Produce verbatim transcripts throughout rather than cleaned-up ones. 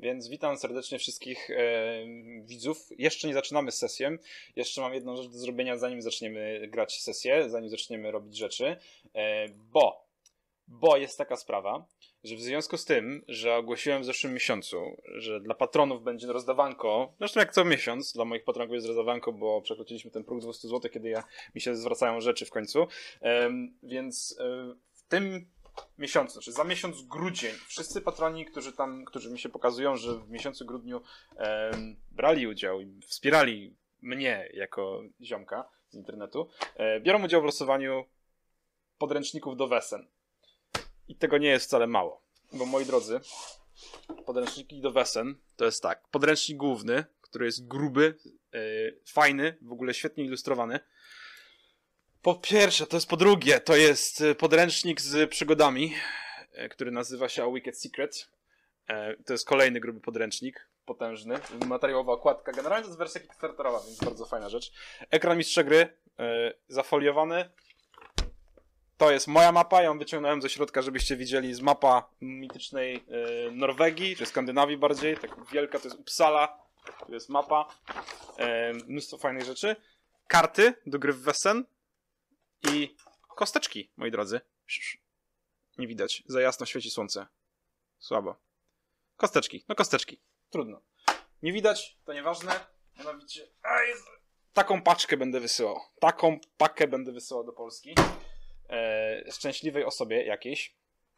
Więc witam serdecznie wszystkich e, widzów. Jeszcze nie zaczynamy z sesją. Jeszcze mam jedną rzecz do zrobienia, zanim zaczniemy grać sesję, zanim zaczniemy robić rzeczy. E, bo, bo jest taka sprawa, że w związku z tym, że ogłosiłem w zeszłym miesiącu, że dla patronów będzie rozdawanko, zresztą jak co miesiąc, dla moich patronów jest rozdawanko, bo przekroczyliśmy ten próg dwieście złotych, kiedy ja, mi się zwracają rzeczy w końcu. E, więc e, w tym miesiącu, znaczy za miesiąc grudzień, wszyscy patroni, którzy tam, którzy mi się pokazują, że w miesiącu grudniu e, brali udział i wspierali mnie jako ziomka z internetu, e, biorą udział w losowaniu podręczników do wesen. I tego nie jest wcale mało, bo moi drodzy, podręczniki do wesen to jest tak, podręcznik główny, który jest gruby, e, fajny, w ogóle świetnie ilustrowany. Po pierwsze, to jest po drugie, to jest podręcznik z przygodami, który nazywa się A Wicked Secret. To jest kolejny gruby podręcznik, potężny, materiałowa okładka. Generalnie to jest wersja kickstarterowa, więc bardzo fajna rzecz. Ekran mistrza gry, zafoliowany. To jest moja mapa, ją wyciągnąłem ze środka, żebyście widzieli, z mapa mitycznej Norwegii, czy Skandynawii bardziej, tak wielka, to jest Uppsala, tu jest mapa, mnóstwo fajnych rzeczy. Karty do gry w Wesen. I kosteczki, moi drodzy. Nie widać. Za jasno świeci słońce. Słabo. Kosteczki. No kosteczki. Trudno. Nie widać, to nieważne. Mianowicie... Taką paczkę będę wysyłał. Taką pakę będę wysyłał do Polski. Eee, szczęśliwej osobie jakiejś.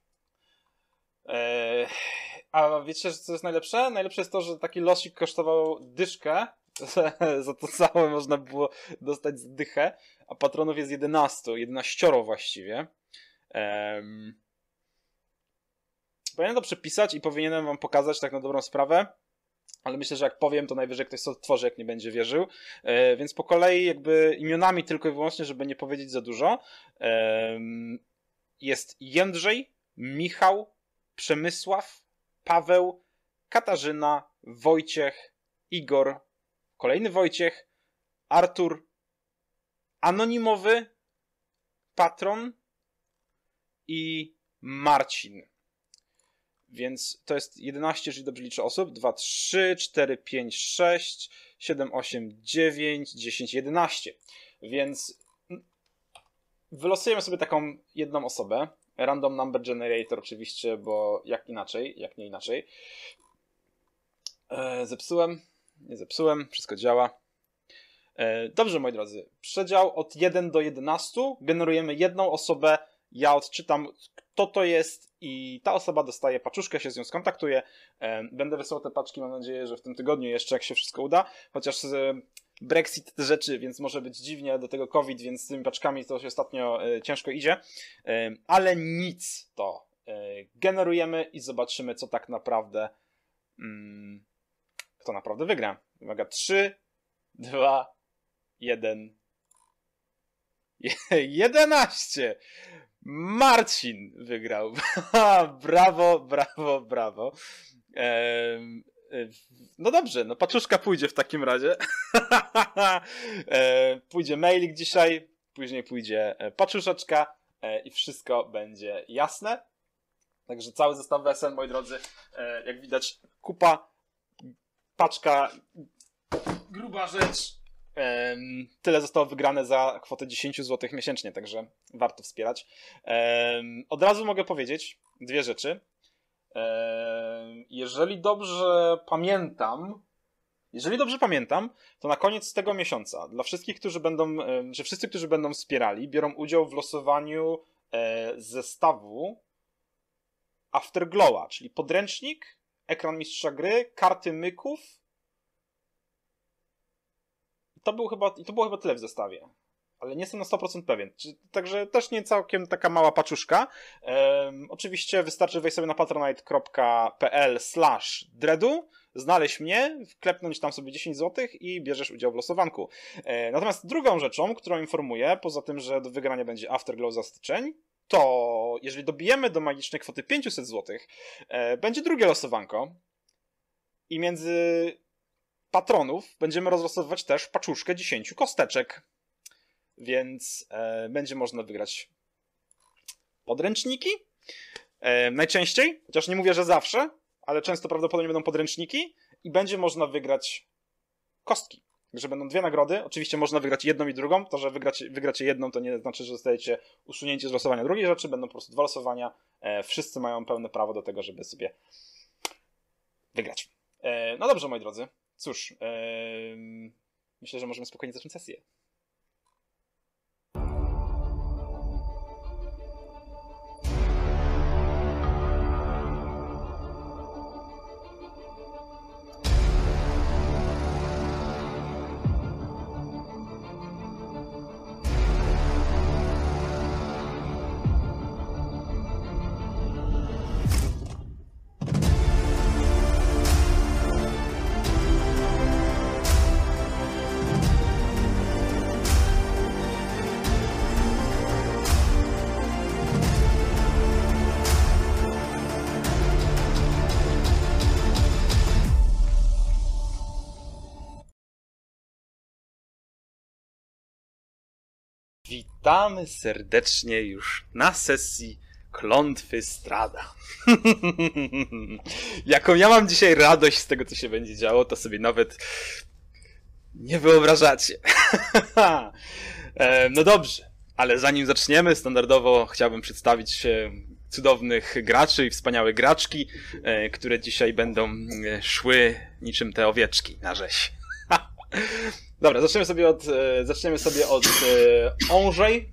Eee, a wiecie, co jest najlepsze? Najlepsze jest to, że taki losik kosztował dyszkę. Za to całe można było dostać dychę, a patronów jest jedenastu, jedenaścioro właściwie. Um, powinienem to przepisać i powinienem wam pokazać tak na dobrą sprawę, ale myślę, że jak powiem, to najwyżej ktoś to odtworzy, jak nie będzie wierzył. E, więc po kolei jakby imionami tylko i wyłącznie, żeby nie powiedzieć za dużo. E, jest Jędrzej, Michał, Przemysław, Paweł, Katarzyna, Wojciech, Igor, kolejny Wojciech, Artur, anonimowy, patron i Marcin. Więc to jest jedenaście, jeżeli dobrze liczę osób. dwa, trzy, cztery, pięć, sześć, siedem, osiem, dziewięć, dziesięć, jedenaście. Więc wylosujemy sobie taką jedną osobę. Random number generator oczywiście, bo jak inaczej, jak nie inaczej. Eee, zepsułem. Nie zepsułem, wszystko działa. Dobrze, moi drodzy. Przedział od jeden do jedenastu. Generujemy jedną osobę. Ja odczytam, kto to jest i ta osoba dostaje paczuszkę, się z nią skontaktuje. Będę wysyłał te paczki, mam nadzieję, że w tym tygodniu jeszcze, jak się wszystko uda. Chociaż Brexit te rzeczy, więc może być dziwnie, do tego COVID, więc z tymi paczkami to się ostatnio ciężko idzie. Ale nic to. Generujemy i zobaczymy, co tak naprawdę... Hmm, kto naprawdę wygra. Uwaga, trzy, dwa, jeden. jedenaście! Marcin wygrał. Brawo, brawo, brawo. Ehm, no dobrze, no paczuszka pójdzie w takim razie. ehm, pójdzie mailik dzisiaj, później pójdzie paczuszeczka e, i wszystko będzie jasne. Także cały zestaw wesen, moi drodzy, e, jak widać, kupa, paczka, gruba rzecz. Um, tyle zostało wygrane za kwotę dziesięć złotych miesięcznie, także warto wspierać. Um, od razu mogę powiedzieć dwie rzeczy. Um, jeżeli dobrze pamiętam, jeżeli dobrze pamiętam, to na koniec tego miesiąca dla wszystkich, którzy będą, um, że wszyscy, którzy będą wspierali, biorą udział w losowaniu e, zestawu Afterglowa, czyli podręcznik, ekran mistrza gry, karty myków. To był chyba, I to było chyba tyle w zestawie. Ale nie jestem na sto procent pewien. Także też nie całkiem taka mała paczuszka. Um, oczywiście wystarczy wejść sobie na patronite.pl slash dreadu, znaleźć mnie, wklepnąć tam sobie dziesięć złotych i bierzesz udział w losowanku. E, natomiast drugą rzeczą, którą informuję, poza tym, że do wygrania będzie Afterglow za styczeń, to jeżeli dobijemy do magicznej kwoty pięćset złotych, e, będzie drugie losowanko. I między patronów będziemy rozlosowywać też paczuszkę dziesięciu kosteczek. Więc e, będzie można wygrać podręczniki. E, najczęściej, chociaż nie mówię, że zawsze, ale często prawdopodobnie będą podręczniki i będzie można wygrać kostki. Także będą dwie nagrody. Oczywiście można wygrać jedną i drugą. To, że wygracie, wygracie jedną, to nie znaczy, że zostajecie usunięci z losowania drugiej rzeczy. Będą po prostu dwa losowania. E, wszyscy mają pełne prawo do tego, żeby sobie wygrać. E, no dobrze, moi drodzy. Cóż, e, myślę, że możemy spokojnie zacząć sesję. Witamy serdecznie już na sesji Klątwy Strahda. Jaką ja mam dzisiaj radość z tego, co się będzie działo, to sobie nawet nie wyobrażacie. No dobrze, ale zanim zaczniemy, standardowo chciałbym przedstawić cudownych graczy i wspaniałe graczki, które dzisiaj będą szły niczym te owieczki na rzeź. Dobra, zaczniemy sobie od, e, zaczniemy sobie od e, Ondrzej.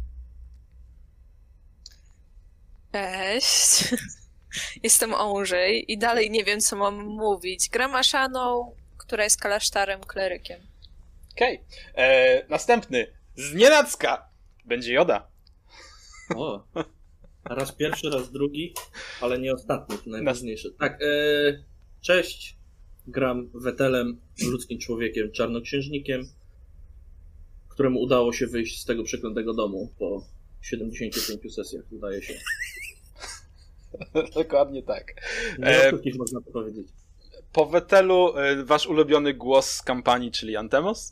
Cześć. Jestem Ondrzej i dalej nie wiem, co mam mówić. Gram Ashaną, która jest klasztorem klerykiem. Okej. Okay. Następny. Znienacka. Będzie Joda. O. Raz pierwszy, raz drugi, ale nie ostatni, to najważniejsze. Tak, e, cześć. Gram Wetelem, ludzkim człowiekiem, czarnoksiężnikiem, któremu udało się wyjść z tego przeklętego domu po siedemdziesięciu pięciu sesjach, zdaje się. Dokładnie tak. Nie o wszystkich można to powiedzieć. Po Wetelu wasz ulubiony głos z kampanii, czyli Antemos?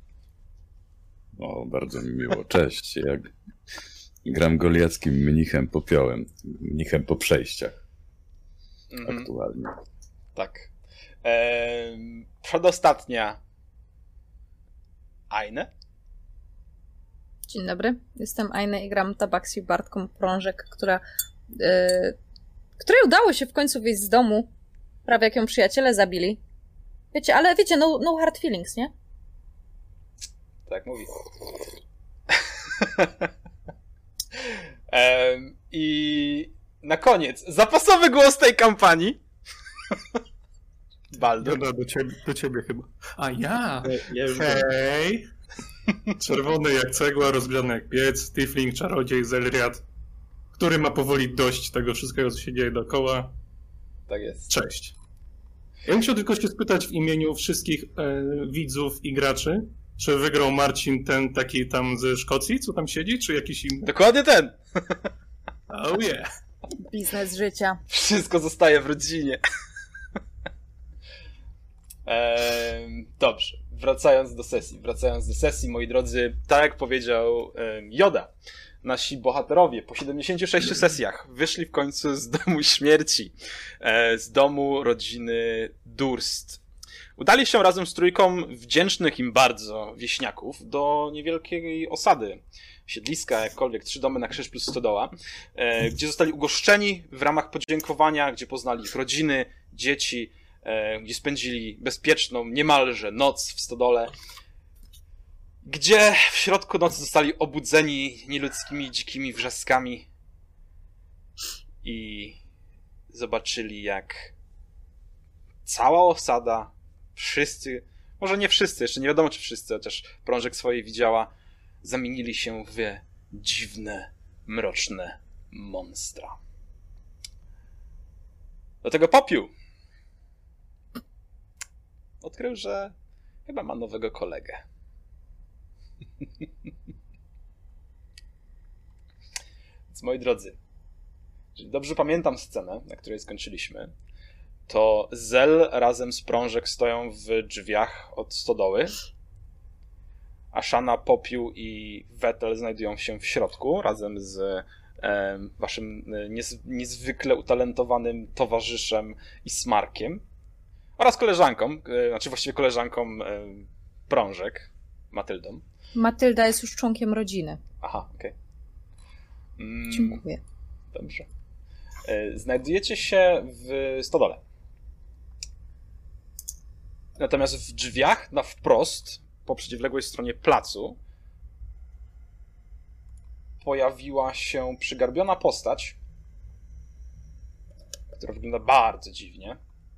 O, bardzo mi miło. Cześć. Ja gram goliackim mnichem popiołem. Mnichem po przejściach. Mhm. Aktualnie. Tak. Eee, przedostatnia Aine. Dzień dobry, jestem Aine i gram Tabaksi Bartką Prążek, która, yy, której udało się w końcu wyjść z domu, prawie jak ją przyjaciele zabili. Wiecie, ale wiecie, no, no hard feelings, nie? Tak mówi. eee, I na koniec zapasowy głos tej kampanii. Baldur. No, do ciebie, do ciebie chyba. A ja? ja już Hej! Czerwony jak cegła, rozgrzany jak piec, tiefling, czarodziej, Zelriad, który ma powoli dość tego wszystkiego, co się dzieje dookoła. Tak jest. Cześć. Ja bym chciał tylko się spytać w imieniu wszystkich e, widzów i graczy, czy wygrał Marcin ten taki tam ze Szkocji, co tam siedzi, czy jakiś inny? Dokładnie ten! Oh yeah! Biznes życia. Wszystko zostaje w rodzinie. Eee, dobrze, wracając do sesji, wracając do sesji, moi drodzy, tak jak powiedział e, Joda, nasi bohaterowie po siedemdziesięciu sześciu sesjach wyszli w końcu z domu śmierci, e, z domu rodziny Durst. Udali się razem z trójką wdzięcznych im bardzo wieśniaków do niewielkiej osady, siedliska, jakkolwiek, trzy domy na krzyż plus stodoła, e, gdzie zostali ugoszczeni w ramach podziękowania, gdzie poznali ich rodziny, dzieci, gdzie spędzili bezpieczną niemalże noc w stodole, gdzie w środku nocy zostali obudzeni nieludzkimi, dzikimi wrzaskami i zobaczyli, jak cała osada, wszyscy, może nie wszyscy, jeszcze nie wiadomo czy wszyscy, chociaż Prążek swojej widziała, zamienili się w dziwne, mroczne monstra. Do tego Popiół odkrył, że chyba ma nowego kolegę. Więc moi drodzy, jeżeli dobrze pamiętam scenę, na której skończyliśmy, to Zel razem z Prążek stoją w drzwiach od stodoły, Ashana, Popiół i Wetel znajdują się w środku razem z e, waszym niez, niezwykle utalentowanym towarzyszem i smarkiem oraz koleżanką, e, znaczy właściwie koleżanką e, Prążek, Matyldą. Matylda jest już członkiem rodziny. Aha, okej. Okay. Mm, Dziękuję. Dobrze. E, znajdujecie się w stodole. Natomiast w drzwiach na wprost, po przeciwległej stronie placu, pojawiła się przygarbiona postać, która wygląda bardzo dziwnie.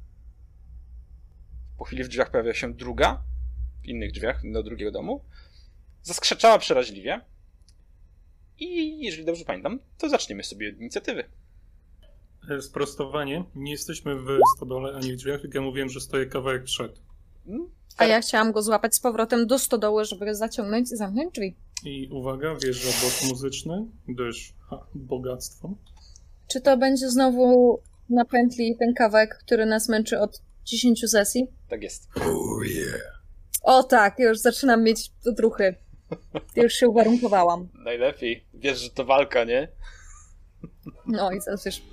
Po chwili w drzwiach pojawia się druga, w innych drzwiach, do drugiego domu. Zaskrzeczała przeraźliwie. I jeżeli dobrze pamiętam, to zaczniemy sobie od inicjatywy. Sprostowanie. Nie jesteśmy w stodole ani w drzwiach, tylko ja mówiłem, że stoję kawałek przed. A ja chciałam go złapać z powrotem do stodoły, żeby go zaciągnąć i zamknąć drzwi. I uwaga, wjeżdża bot muzyczny, gdyż ha, bogactwo. Czy to będzie znowu na pętli ten kawałek, który nas męczy od dziesięciu sesji? Tak jest. Oh yeah. O tak, już zaczynam mieć odruchy. Już się uwarunkowałam. Najlepiej. Wiesz, że to walka, nie? No i zaraz wiesz...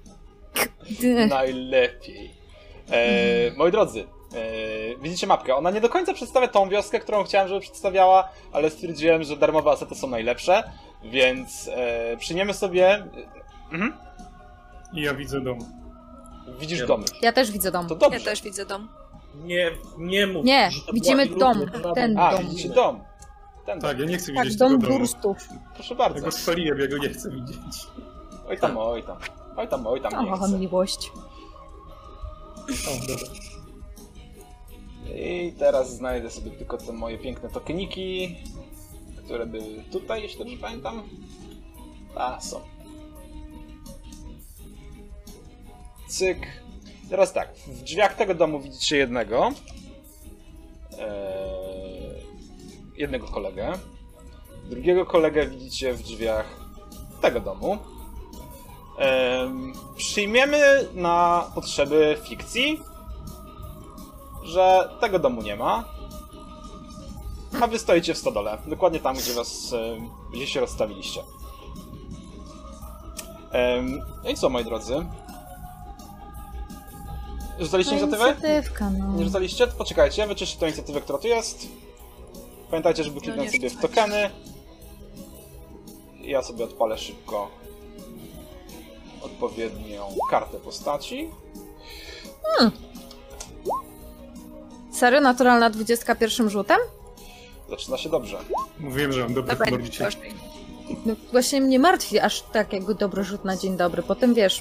Najlepiej. E, moi drodzy, e, widzicie mapkę. Ona nie do końca przedstawia tą wioskę, którą chciałem, żeby przedstawiała, ale stwierdziłem, że darmowe asety są najlepsze, więc e, przyjmiemy sobie... Mhm. I ja widzę dom. Widzisz Ja- domy. Ja też widzę dom. To dobrze. Ja też widzę dom. Nie, nie mów. Nie, że to widzimy była dom. iluzja, Ten A, dom. widzicie dom. Ten dom. Tak, ja nie chcę Tak, widzieć dom tego domu. burstów. Proszę Ja bardzo. go spaliłem, ja go nie chcę widzieć. Oj tam, oj tam. Oj tam, oj tam, nie O, chcę. miłość. O, dobra. I teraz znajdę sobie tylko te moje piękne tokeniki, które były tutaj, jeśli dobrze pamiętam. A, są. Cyk. Teraz tak, w drzwiach tego domu widzicie jednego. Eee, jednego kolegę. Drugiego kolegę widzicie w drzwiach tego domu. Eee, przyjmiemy na potrzeby fikcji, że tego domu nie ma, a wy stoicie w stodole, dokładnie tam, gdzie was, e, gdzie się rozstawiliście. Ehm, no i co, moi drodzy? Rzucaliście inicjatywę? Inicjatywka, no. Nie rzucaliście? To poczekajcie, wyczyszczę tę inicjatywę, która tu jest. Pamiętajcie, żeby kliknąć nie sobie w rzucać. tokeny. Ja sobie odpalę szybko odpowiednią kartę postaci. Serio? Naturalna dwudziestka pierwszym rzutem? Zaczyna się dobrze. Mówiłem, że mam dobry Dobra, humor dzisiaj. gorzej. No, właśnie mnie martwi aż tak jakby dobry rzut na dzień dobry. Potem wiesz...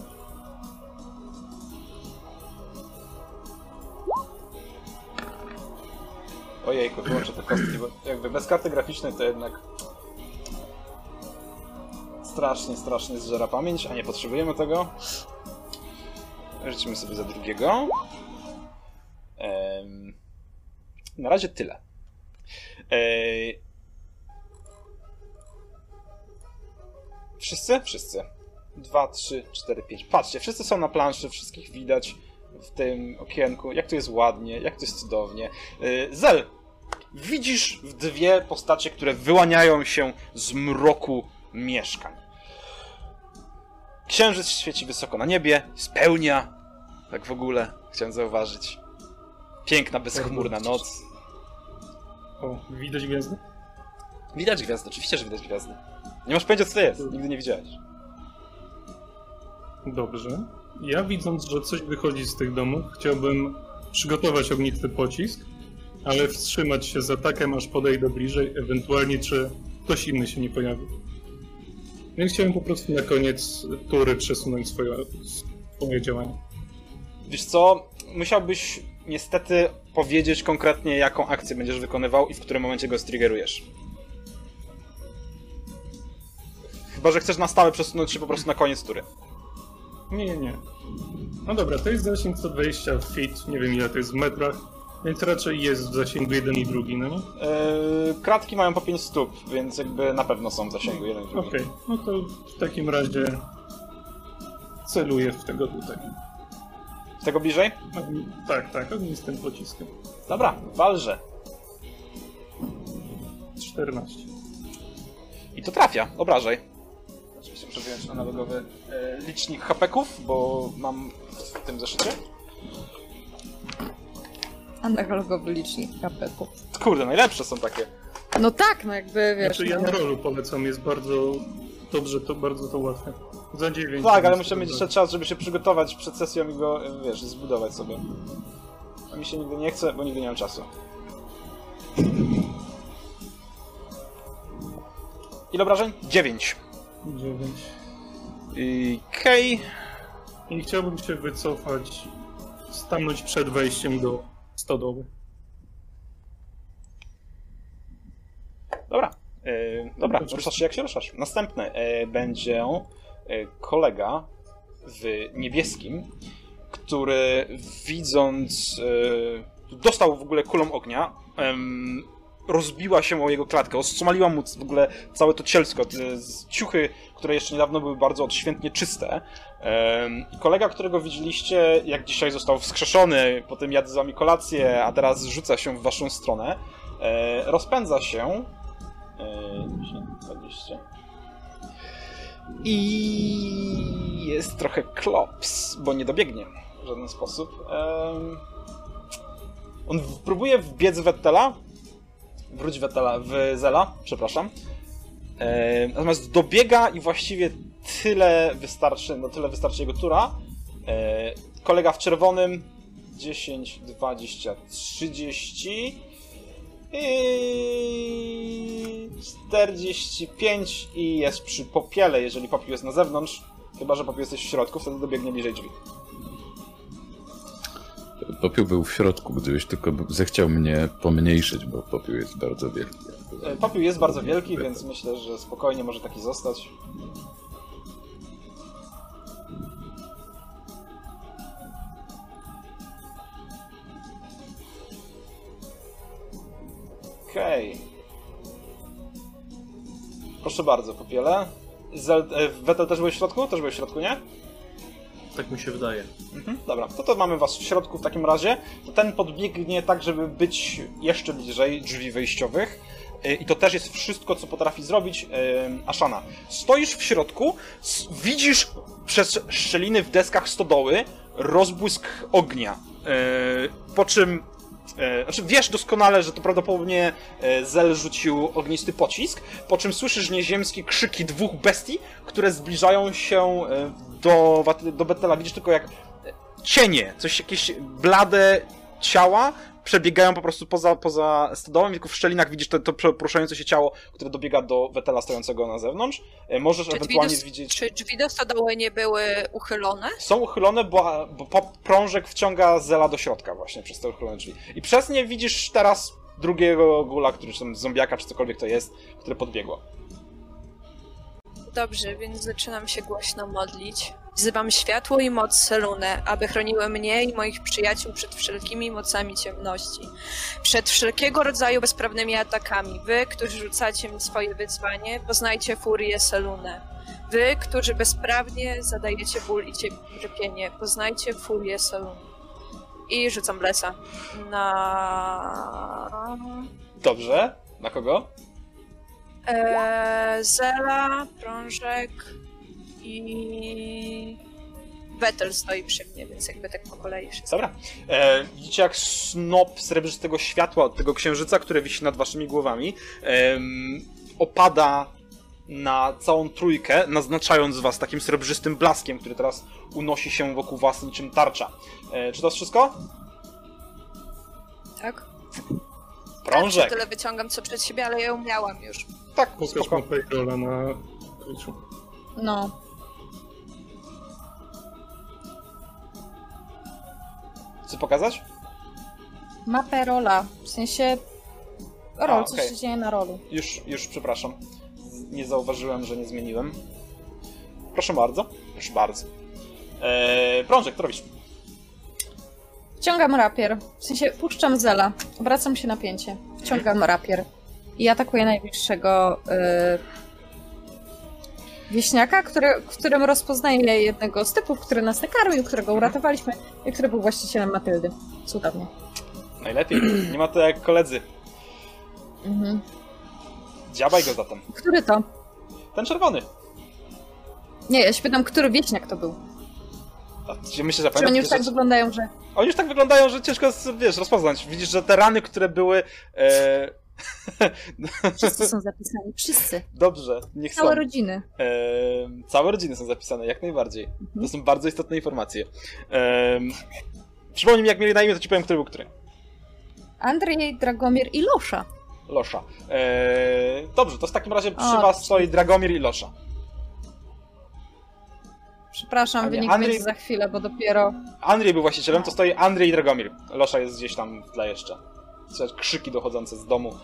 Ojejku, wyłączę te kostki, bo jakby bez karty graficznej to jednak strasznie, strasznie zżera pamięć, a nie potrzebujemy tego. Rzucimy sobie za drugiego. Ehm, na razie tyle. Ehm, wszyscy? Wszyscy. Dwa, trzy, cztery, pięć. Patrzcie, wszyscy są na planszy, wszystkich widać w tym okienku. Jak to jest ładnie, jak to jest cudownie. Yy, Zel, widzisz w dwie postacie, które wyłaniają się z mroku mieszkań. Księżyc świeci wysoko na niebie, spełnia, tak w ogóle, chciałem zauważyć. Piękna, bezchmurna noc. O, widać gwiazdy? Widać gwiazdy, oczywiście, że widać gwiazdy. Nie masz pojęcia, co to jest, nigdy nie widziałeś. Dobrze. Ja widząc, że coś wychodzi z tych domów, chciałbym przygotować ognisty pocisk, ale wstrzymać się z atakiem, aż podejdę bliżej, ewentualnie czy ktoś inny się nie pojawi. Więc chciałem po prostu na koniec tury przesunąć swoje, swoje działania. Wiesz co, musiałbyś niestety powiedzieć konkretnie, jaką akcję będziesz wykonywał i w którym momencie go striggerujesz. Chyba że chcesz na stałe przesunąć się po prostu na koniec tury. Nie, nie, nie. No dobra, to jest zasięg sto dwadzieścia feet, nie wiem ile to jest w metrach, więc raczej jest w zasięgu jeden i drugi, no nie? Yy, kratki mają po pięć stóp, więc jakby na pewno są w zasięgu jeden i drugi. Okej, no to w takim razie celuję w tego tutaj. Z tego bliżej? Ogni- Tak, tak, ognistym pociskiem. Dobra, walże. czternaście. I to trafia, obrażaj. wyjąć analogowy e, licznik hapeków, bo mam w tym zeszycie. Analogowy licznik hapeków. Kurde, najlepsze są takie. No tak, no jakby wiesz. Znaczy ja no. na rolu polecam, jest bardzo dobrze, to bardzo to łatwe. Za dziewięć. Tak, ale musimy mieć jeszcze czas, żeby się przygotować przed sesją i go, wiesz, zbudować sobie. A mi się nigdy nie chce, bo nigdy nie mam czasu. Ile obrażeń? dziewięć. dziewięć. Okej. I chciałbym się wycofać, stanąć przed wejściem do stodoły. Dobra. Yy, dobra, ruszasz się jak się ruszasz. Następny yy, będzie yy, kolega w niebieskim, który widząc... Yy, dostał w ogóle kulą ognia. Yy, rozbiła się o jego klatkę, ostrzymaliła mu w ogóle całe to cielsko. Yy, ciuchy, które jeszcze niedawno były bardzo odświętnie czyste. Yy, kolega, którego widzieliście, jak dzisiaj został wskrzeszony, potem jadł z wami kolację, a teraz rzuca się w waszą stronę, yy, rozpędza się. dwadzieścia. I jest trochę klops, bo nie dobiegnie w żaden sposób. Um, on w, próbuje wbiec w Vettela. Wróć Vettela, w Zela, przepraszam. Um, natomiast dobiega i właściwie tyle wystarczy, no tyle wystarczy jego tura. Um, kolega w czerwonym dziesięć, dwadzieścia, trzydzieści. I czterdzieści pięć i jest przy popiele, jeżeli popiół jest na zewnątrz. Chyba że popiół jesteś w środku, wtedy dobiegnie bliżej drzwi. Popiół był w środku, gdybyś tylko zechciał mnie pomniejszyć, bo popiół jest bardzo wielki. Popiół jest bardzo wielki, więc myślę, że spokojnie może taki zostać. Okej. Okay. Proszę bardzo, popiele. Zel... Vettel też był w środku? Też był w środku, nie? Tak mi się wydaje. Mhm, dobra, to to mamy was w środku w takim razie. To ten podbiegnie tak, żeby być jeszcze bliżej drzwi wejściowych. I to też jest wszystko, co potrafi zrobić yy, Ashana. Stoisz w środku, widzisz przez szczeliny w deskach stodoły rozbłysk ognia. Yy, po czym E, znaczy wiesz doskonale, że to prawdopodobnie e, Zel rzucił ognisty pocisk, po czym słyszysz nieziemskie krzyki dwóch bestii, które zbliżają się e, do, do Vettela. Widzisz tylko jak cienie, coś, jakieś blade ciała przebiegają po prostu poza, poza stodołą, tylko w szczelinach widzisz to, to poruszające się ciało, które dobiega do Vettela stojącego na zewnątrz. E, możesz czy ewentualnie do, widzieć... Czy drzwi do stodoły nie były uchylone? Są uchylone, bo, bo prążek wciąga Zela do środka właśnie przez te uchylone drzwi. I przez nie widzisz teraz drugiego gula, który czy tam zombiaka, czy cokolwiek to jest, które podbiegło. Dobrze, więc zaczynam się głośno modlić. Wzywam światło i moc Selune, aby chroniły mnie i moich przyjaciół przed wszelkimi mocami ciemności. Przed wszelkiego rodzaju bezprawnymi atakami. Wy, którzy rzucacie mi swoje wyzwanie, poznajcie furię Selune. Wy, którzy bezprawnie zadajecie ból i cierpienie, poznajcie furię Selune. I rzucam blesa. Na... Dobrze. Na kogo? Eee, Zela, Prążek i Vettel stoi przy mnie, więc jakby tak po kolei wszystko. Dobra. E, widzicie jak snop srebrzystego światła od tego księżyca, które wisi nad waszymi głowami, e, opada na całą trójkę, naznaczając was takim srebrzystym blaskiem, który teraz unosi się wokół was niczym tarcza. E, czy to jest wszystko? Tak? Prążek. Tak, tyle wyciągam co przed siebie, ale ja ją miałam już. Tak, Pokaż spoko. mu payrolla na Twitchu. No. Chcę pokazać? Mapę rola. W sensie... Rol, A, coś okej. się dzieje na rolu. Już, już, przepraszam. Nie zauważyłem, że nie zmieniłem. Proszę bardzo. Proszę bardzo. Eee, Prążek, co robisz? Wciągam rapier. W sensie puszczam Zela. Obracam się na pięcie. Wciągam rapier. I atakuję najbliższego yy, wieśniaka, który, w którym rozpoznaję jednego z typów, który nas nakarmił, którego uratowaliśmy i który był właścicielem Matyldy. Cudownie. Najlepiej. Nie ma to jak koledzy. Mhm. Dziabaj go zatem. Który to? Ten czerwony. Nie, ja się pytam, który wieśniak to był. A, myślę, że Czy oni już tak rzeczy... wyglądają, że... Oni już tak wyglądają, że ciężko jest, wiesz, rozpoznać. Widzisz, że te rany, które były... E... Wszyscy są zapisani, wszyscy. Dobrze, niech są. Całe rodziny. E... Całe rodziny są zapisane, jak najbardziej. Mhm. To są bardzo istotne informacje. E... Przypomnij mi, jak mieli na imię, to ci powiem, który był który. Andrzej, Dragomir i Losza. Losza. E... Dobrze, to w takim razie przy o, was stoi Dragomir i Losza. Przepraszam, wynik Andrzej... będzie za chwilę, bo dopiero... Andrzej był właścicielem, to stoi Andrzej i Dragomir. Losza jest gdzieś tam w tle jeszcze. Słychać krzyki dochodzące z domu.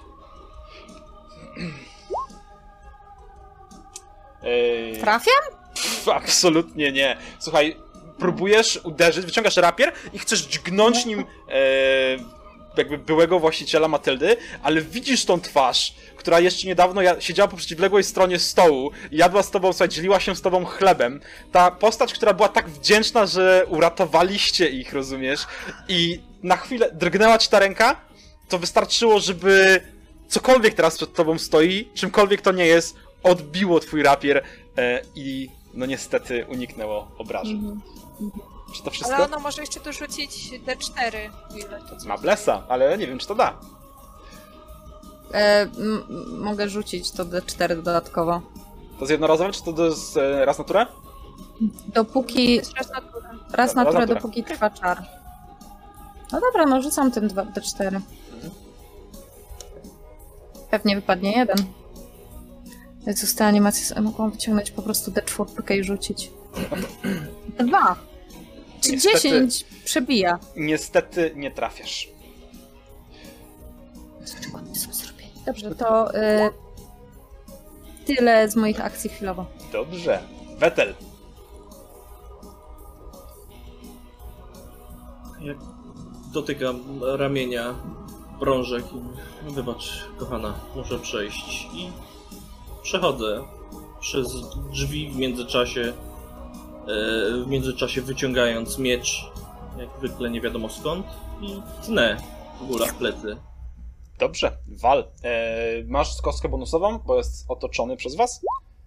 Eee... Trafiam? Pff, absolutnie nie. Słuchaj, próbujesz uderzyć, wyciągasz rapier i chcesz dźgnąć nim e, jakby byłego właściciela Matyldy, ale widzisz tą twarz, która jeszcze niedawno ja, siedziała po przeciwległej stronie stołu i jadła z tobą, słuchaj, dzieliła się z tobą chlebem. Ta postać, która była tak wdzięczna, że uratowaliście ich, rozumiesz? I na chwilę drgnęła ci ta ręka, to wystarczyło, żeby cokolwiek teraz przed tobą stoi, czymkolwiek to nie jest, odbiło twój rapier e, i no niestety uniknęło obrażeń. Mm -hmm. Czy to wszystko? Ale ono może jeszcze dorzucić D cztery. Ile to ma blesa, ale nie wiem, czy to da. E, mogę rzucić to D cztery dodatkowo. To jest jednorazowe, czy to jest e, raz na turę? Dopóki... Jest raz na turę. Raz na turę, dopóki trwa czar. No dobra, no rzucam tym D cztery. Mhm. Pewnie wypadnie jeden. Jak została animacja, mogłam wyciągnąć po prostu D cztery i rzucić. Dwa. Czy niestety, dziesięć przebija? Niestety nie trafiasz. Dobrze, to y, tyle z moich akcji chwilowo. Dobrze. Wetel. Jak dotykam ramienia Brążek i wybacz, kochana, muszę przejść. I przechodzę przez drzwi w międzyczasie, w międzyczasie wyciągając miecz, jak zwykle nie wiadomo skąd, i tnę w góra w plecy. Dobrze, wal. Eee, masz kostkę bonusową, bo jest otoczony przez was?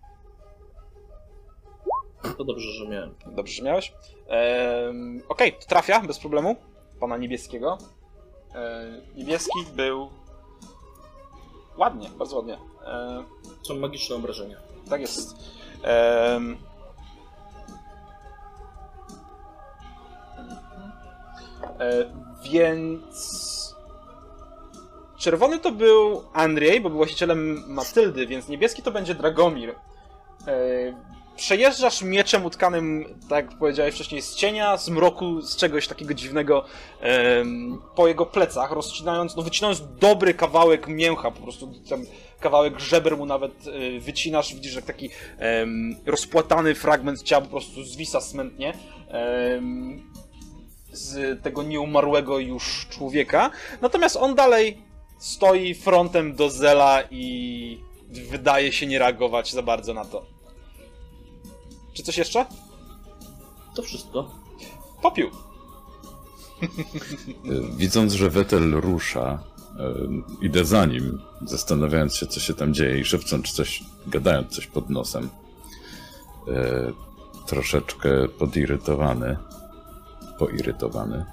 To dobrze, że miałem. Dobrze, że miałeś. Eee, Okej, okay, to trafia, bez problemu. Pana niebieskiego. Eee, niebieski był... Ładnie, bardzo ładnie. Eee... Są magiczne obrażenia. Tak jest. Eee... Eee, więc... Czerwony to był Andrzej, bo był właścicielem Matyldy, więc niebieski to będzie Dragomir. Eee... Przejeżdżasz mieczem utkanym, tak jak powiedziałeś wcześniej, z cienia, z mroku, z czegoś takiego dziwnego em, po jego plecach, rozcinając, no wycinając dobry kawałek mięcha, po prostu tam kawałek żeber mu nawet y, wycinasz, widzisz, jak taki em, rozpłatany fragment ciała po prostu zwisa smętnie em, z tego nieumarłego już człowieka. Natomiast on dalej stoi frontem do Zela i wydaje się nie reagować za bardzo na to. Czy coś jeszcze? To wszystko. Popiół. Widząc, że Wetel rusza, idę za nim, zastanawiając się, co się tam dzieje i szepcząc coś, gadając coś pod nosem. Troszeczkę podirytowany, poirytowany.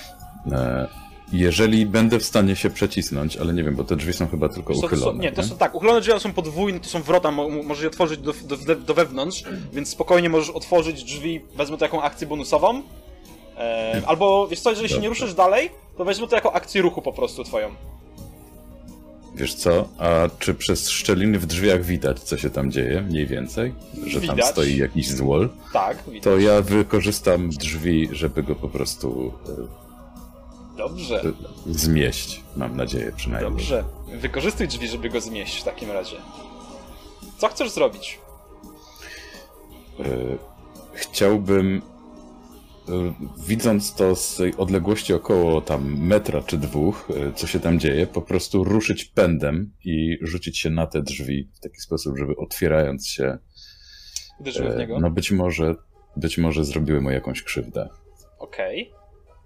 Jeżeli będę w stanie się przecisnąć, ale nie wiem, bo te drzwi są chyba tylko to, uchylone. To są, nie, to nie? są tak, uchylone drzwi są podwójne, to są wrota, mo, możesz je otworzyć do, do, do wewnątrz, więc spokojnie możesz otworzyć drzwi, wezmę to jako akcję bonusową. E, albo, wiesz co, jeżeli Dobrze. się nie ruszysz dalej, to weźmę to jako akcję ruchu po prostu twoją. Wiesz co, a czy przez szczeliny w drzwiach widać, co się tam dzieje, mniej więcej? Że widać. Tam stoi jakiś złol? Tak, widać. To ja wykorzystam drzwi, żeby go po prostu... Dobrze. Zmieść, mam nadzieję przynajmniej. Dobrze. Wykorzystuj drzwi, żeby go zmieść w takim razie. Co chcesz zrobić? Yy, chciałbym, yy, widząc to z tej odległości około tam metra czy dwóch, yy, co się tam dzieje, po prostu ruszyć pędem i rzucić się na te drzwi w taki sposób, żeby otwierając się, uderzyły w niego. No być może, być może zrobiły mu jakąś krzywdę. Okej. Okay.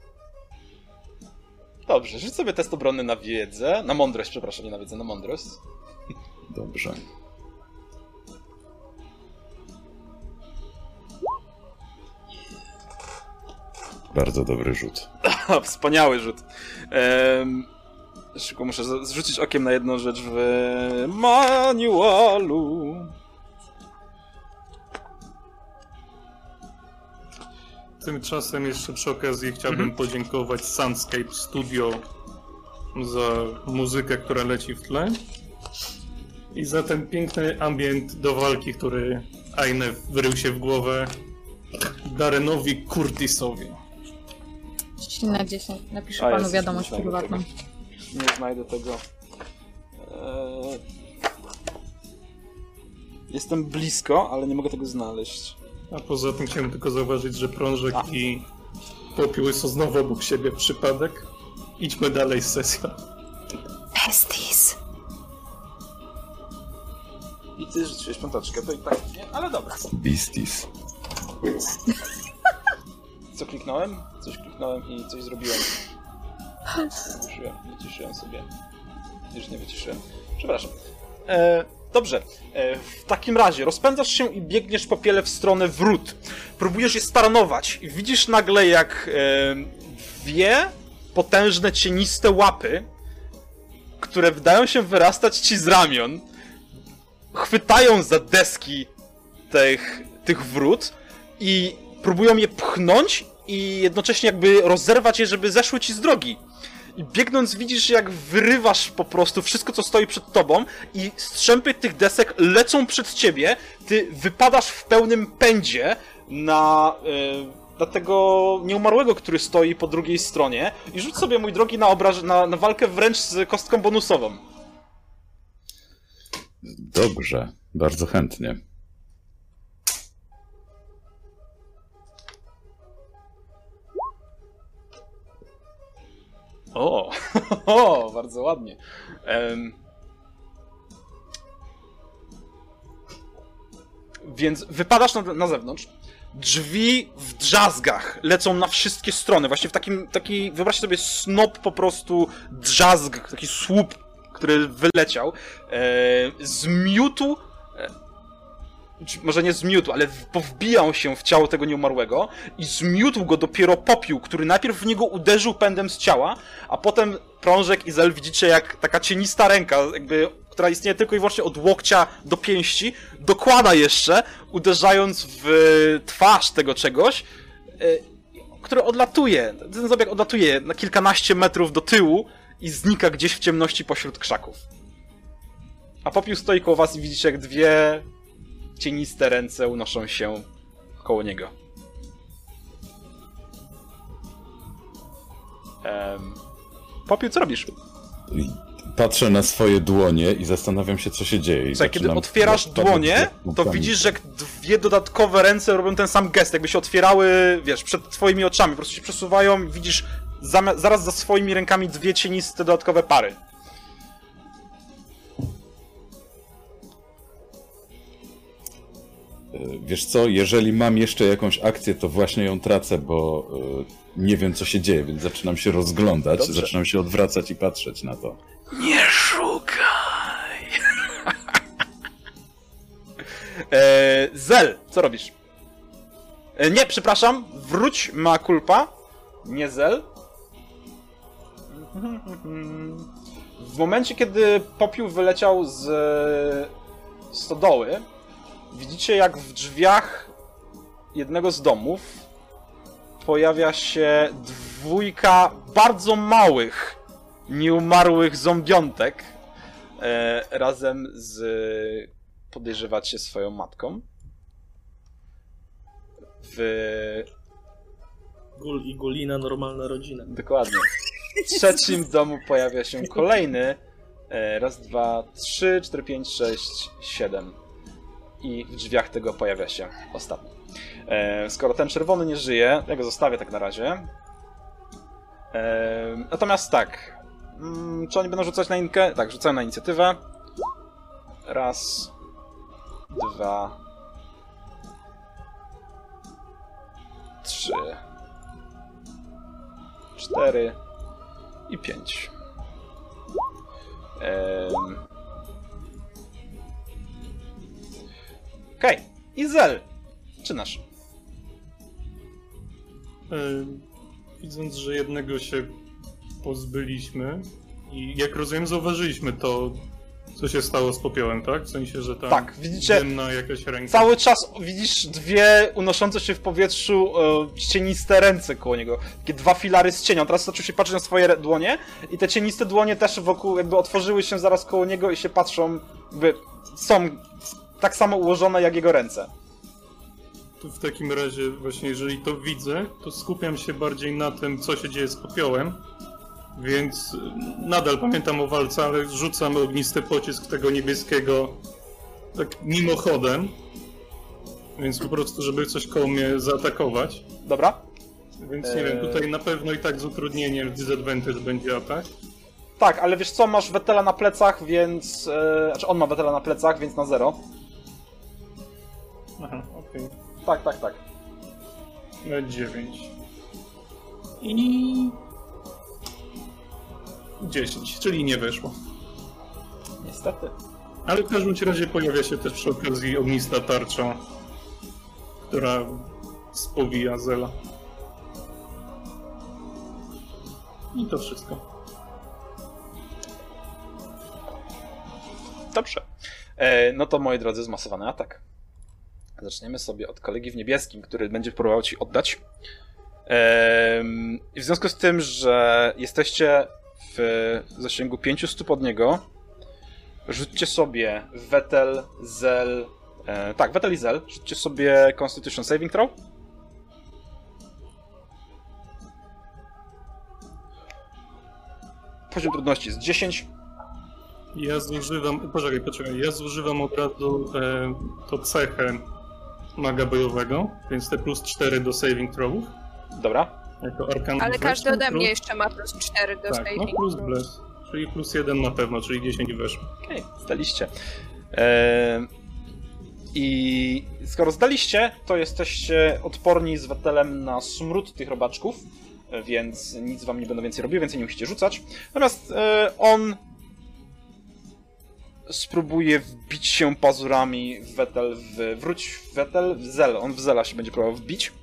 Dobrze, rzuć sobie test obronny na wiedzę, na mądrość, przepraszam, nie na wiedzę, na mądrość. Dobrze. Bardzo dobry rzut. Wspaniały rzut. Ehm, szybko muszę z- zrzucić okiem na jedną rzecz w manualu. Tymczasem jeszcze przy okazji chciałbym Mhm. podziękować Soundscape Studio za muzykę, która leci w tle i za ten piękny ambient do walki, który Aine wrył się w głowę Darrenowi Curtisowi. dziesięć na dziesięć. Napiszę A, panu jest, wiadomość nie znajdę prywatną. tego. Nie znajdę tego. Eee... Jestem blisko, ale nie mogę tego znaleźć. A poza tym chciałem tylko zauważyć, że Prążek A. i Popiół są znowu obok siebie. Przypadek. Idźmy dalej z sesją. Besties. I ty rzuciłeś piąteczkę, to i tak nie, ale dobra. Beasties. Co kliknąłem? Coś kliknąłem i coś zrobiłem. Wyciszyłem, wyciszyłem sobie. Już nie wyciszyłem. Przepraszam. E, dobrze. E, w takim razie rozpędzasz się i biegniesz po piele w stronę wrót. Próbujesz je staranować i widzisz nagle, jak e, dwie potężne, cieniste łapy, które wydają się wyrastać ci z ramion, chwytają za deski tych, tych wrót i próbują je pchnąć i jednocześnie jakby rozerwać je, żeby zeszły ci z drogi. I biegnąc widzisz, jak wyrywasz po prostu wszystko, co stoi przed tobą i strzępy tych desek lecą przed ciebie, ty wypadasz w pełnym pędzie na, yy, na tego nieumarłego, który stoi po drugiej stronie i rzuć sobie, mój drogi, na, obraż- na, na walkę wręcz z kostką bonusową. Dobrze, bardzo chętnie. O, o, bardzo ładnie. Em, więc wypadasz na, na zewnątrz. Drzwi w drzazgach lecą na wszystkie strony. Właśnie w takim, taki, wyobraźcie sobie snop po prostu drzazg, taki słup, który wyleciał. E, z miutu, e, czy może nie z miutu, ale w- powbijał się w ciało tego nieumarłego i zmiótł go dopiero Popiół, który najpierw w niego uderzył pędem z ciała, a potem Prążek i Zel widzicie, jak taka cienista ręka, jakby, która istnieje tylko i wyłącznie od łokcia do pięści, dokłada jeszcze, uderzając w twarz tego czegoś, yy, które odlatuje, ten zabieg odlatuje na kilkanaście metrów do tyłu i znika gdzieś w ciemności pośród krzaków. A Popiół stoi koło was i widzicie, jak dwie cieniste ręce unoszą się koło niego. Um, Popiół, co robisz? Patrzę na swoje dłonie i zastanawiam się, co się dzieje. I Słuchaj, kiedy zaczynam otwierasz wpadać dłonie, za to kółkami. widzisz, że jak dwie dodatkowe ręce robią ten sam gest, jakby się otwierały, wiesz, przed twoimi oczami, po prostu się przesuwają i widzisz zami- zaraz za swoimi rękami dwie cieniste dodatkowe pary. Wiesz co, jeżeli mam jeszcze jakąś akcję, to właśnie ją tracę, bo y, nie wiem, co się dzieje, więc zaczynam się rozglądać, Dobrze. zaczynam się odwracać i patrzeć na to. Nie szukaj! e, Zel, co robisz? E, nie, przepraszam, wróć ma culpa. Nie Zel. W momencie, kiedy Popiół wyleciał z stodoły, widzicie, jak w drzwiach jednego z domów pojawia się dwójka bardzo małych, nieumarłych zombiątek e, razem z, podejrzewacie, swoją matką. W... Gul i Gulina, normalna rodzina. Dokładnie. W trzecim domu pojawia się kolejny. E, raz, dwa, trzy, cztery, pięć, sześć, siedem. I w drzwiach tego pojawia się ostatni. E, skoro ten czerwony nie żyje, ja go zostawię tak na razie. E, natomiast tak. Mm, czy oni będą rzucać na inkę? Tak, rzucają na inicjatywę. Raz. Dwa. Trzy. Cztery. I pięć. Ehm... Okej. Okay. I Zel. Czynasz. Yy, widząc, że jednego się pozbyliśmy i jak rozumiem, zauważyliśmy to, co się stało z popiołem, tak? W sensie, że tam Tak, widzicie, ciemna jakaś ręka. cały czas widzisz dwie unoszące się w powietrzu e, cieniste ręce koło niego. Takie dwa filary z cienią. Teraz zaczął się patrzeć na swoje re- dłonie i te cieniste dłonie też wokół jakby otworzyły się zaraz koło niego i się patrzą, jakby są tak samo ułożone jak jego ręce. To w takim razie właśnie, jeżeli to widzę, to skupiam się bardziej na tym, co się dzieje z popiołem. Więc nadal pamiętam o walce, ale rzucam ognisty pocisk tego niebieskiego tak mimochodem. Więc po prostu, żeby coś koło mnie zaatakować. Dobra? Więc nie Eee... wiem, tutaj na pewno i tak z utrudnieniem disadvantage będzie atak. Tak, ale wiesz co, masz Wetela na plecach, więc... E, znaczy on ma Wetela na plecach, więc na zero. Aha, okej. Okay. Tak, tak, tak. Na dziewięć. I... dziesięć, czyli nie weszło. Niestety. Ale w każdym razie pojawia się też przy okazji ognista tarcza, która spowija Zela. I to wszystko. Dobrze. E, no to moi drodzy, zmasowany atak. Zaczniemy sobie od kolegi w niebieskim, który będzie próbował ci oddać. E, I w związku z tym, że jesteście w zasięgu pięciu stóp od niego, rzućcie sobie Wetel, Zel... E, tak, Wetel i Zel. Rzućcie sobie Constitution Saving Throw. Poziom trudności jest dziesięć. Ja zużywam... Poczekaj, poczekaj. Ja zużywam od razu e, to cechę maga bojowego, więc te plus cztery do saving throwów. Dobra. Jako Arcana Ale każdy ode plus... mnie jeszcze ma plus cztery do tak, saving. no plus bless. Czyli plus jeden na pewno, czyli dziesięć weszło. Okej, okay, zdaliście. Eee, I skoro zdaliście, to jesteście odporni z Wetelem na smród tych robaczków, więc nic wam nie będą więcej robił, więcej nie musicie rzucać. Natomiast e, on spróbuje wbić się pazurami w Wetel w... Wróć w Wetel w Zel. On w Zela się będzie próbował wbić.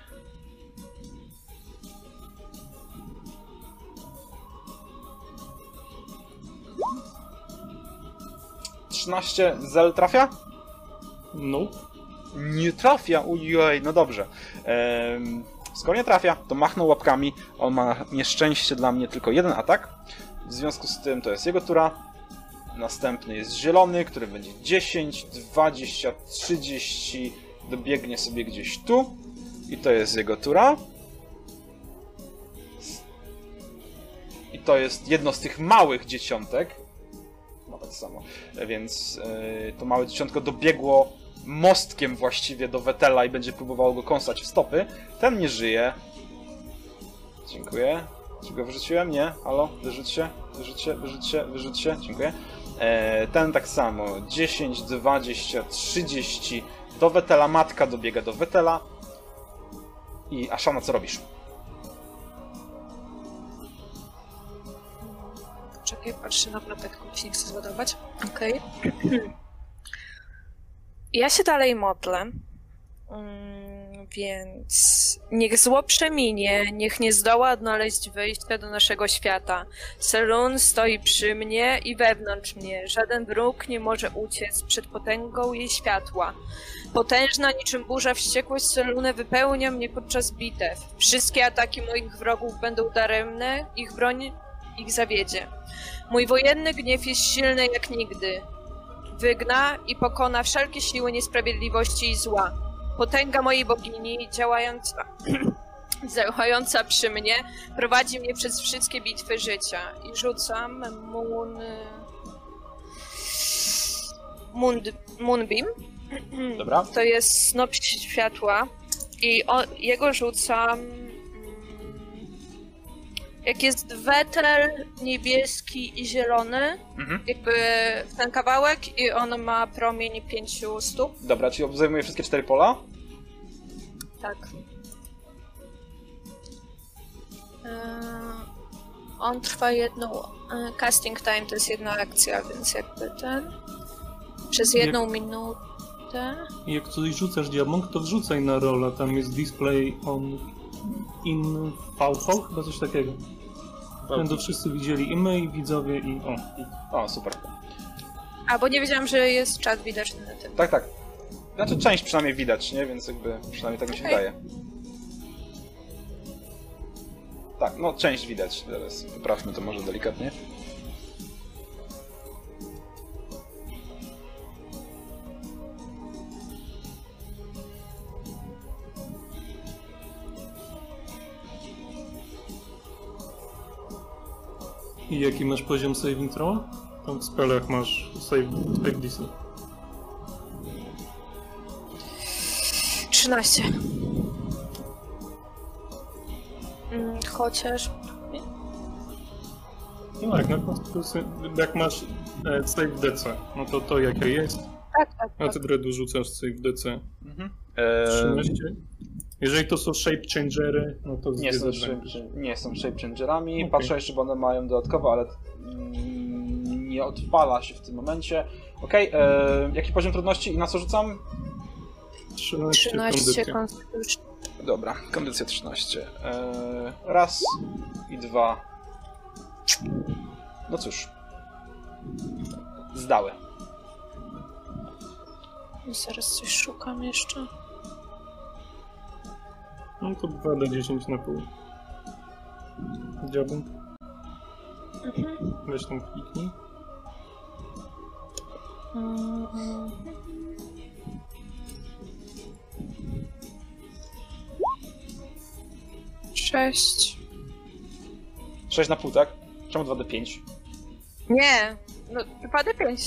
trzynaście. Zel trafia? No. Nie trafia, ujej, no dobrze. Ehm, skoro nie trafia, to machnął łapkami. On ma nieszczęście dla mnie tylko jeden atak. W związku z tym to jest jego tura. Następny jest zielony, który będzie dziesięć, dwadzieścia, trzydzieści. Dobiegnie sobie gdzieś tu. I to jest jego tura. I to jest jedno z tych małych dzieciątek. No tak samo. Więc yy, to małe dzieciątko dobiegło mostkiem właściwie do Wetela i będzie próbowało go kąsać w stopy. Ten nie żyje. Dziękuję. Czy go wyrzuciłem? Nie. Halo? Wyrzućcie, wyrzućcie, wyrzućcie, wyrzućcie. Dziękuję. E, ten tak samo. dziesięć, dwadzieścia, trzydzieści. Do Wetela. Matka dobiega do Wetela. I Ashana, co robisz? Czekaj, patrzę na protektor, jeśli nie chcę zładować. Okej. Okay. Ja się dalej modlę, um, więc niech zło przeminie, niech nie zdoła odnaleźć wyjścia do naszego świata. Selûne stoi przy mnie i wewnątrz mnie. Żaden wróg nie może uciec przed potęgą jej światła. Potężna niczym burza wściekłość Selûne wypełnia mnie podczas bitew. Wszystkie ataki moich wrogów będą daremne, ich broń ich zawiedzie. Mój wojenny gniew jest silny jak nigdy. Wygna i pokona wszelkie siły niesprawiedliwości i zła. Potęga mojej bogini, działająca, działająca przy mnie, prowadzi mnie przez wszystkie bitwy życia. I rzucam moon... moon... Moonbeam. Dobra. To jest snop światła. I o, jego rzucam... Jak jest Wetel, niebieski i zielony, mhm. jakby w ten kawałek i on ma promień pięciu stóp. Dobra, czyli zajmuje wszystkie cztery pola? Tak. Eee, on trwa jedną... E, casting time to jest jedna akcja, więc jakby ten... Przez jedną jak, minutę... Jak coś rzucasz diamont, to wrzucaj na rola, tam jest display on in V V, chyba coś takiego. Będą wszyscy widzieli, i my, i widzowie, i o. O, super. A, bo nie wiedziałam, że jest czat widoczny na tym. Tak, tak. Znaczy część przynajmniej widać, nie? Więc jakby przynajmniej tak mi się Okej. wydaje. Tak, no część widać. Teraz poprawmy to może delikatnie. I jaki masz poziom saving throw? Tam w spelach masz save, save D C. trzynaście. Mm, chociaż... No tak, na konstytucję, jak masz e, save D C, no to to jakie jest, Tak, tak, a tak. ty dreadu rzucasz save D C Mhm. Eee, trzynaście. Jeżeli to są shape changery, no to nie, są zwiedza shape, nie są shape changerami. Okej. Patrzę jeszcze, bo one mają dodatkowo, ale mm, nie odpala się w tym momencie. Okej, eee, jaki poziom trudności i na co rzucam? trzynaście trzynaście kondycja. konstytucji. Dobra, kondycja trzynaście. Eee, raz i dwa. No cóż. Zdały. Zaraz coś szukam jeszcze. No to dwa do dziesięć na pół. Widziałbym. Mhm. Weź tam kliknij. Mhm. Sześć. sześć na pół, tak? Czemu dwa do pięć? Nie, no dwa D pięć.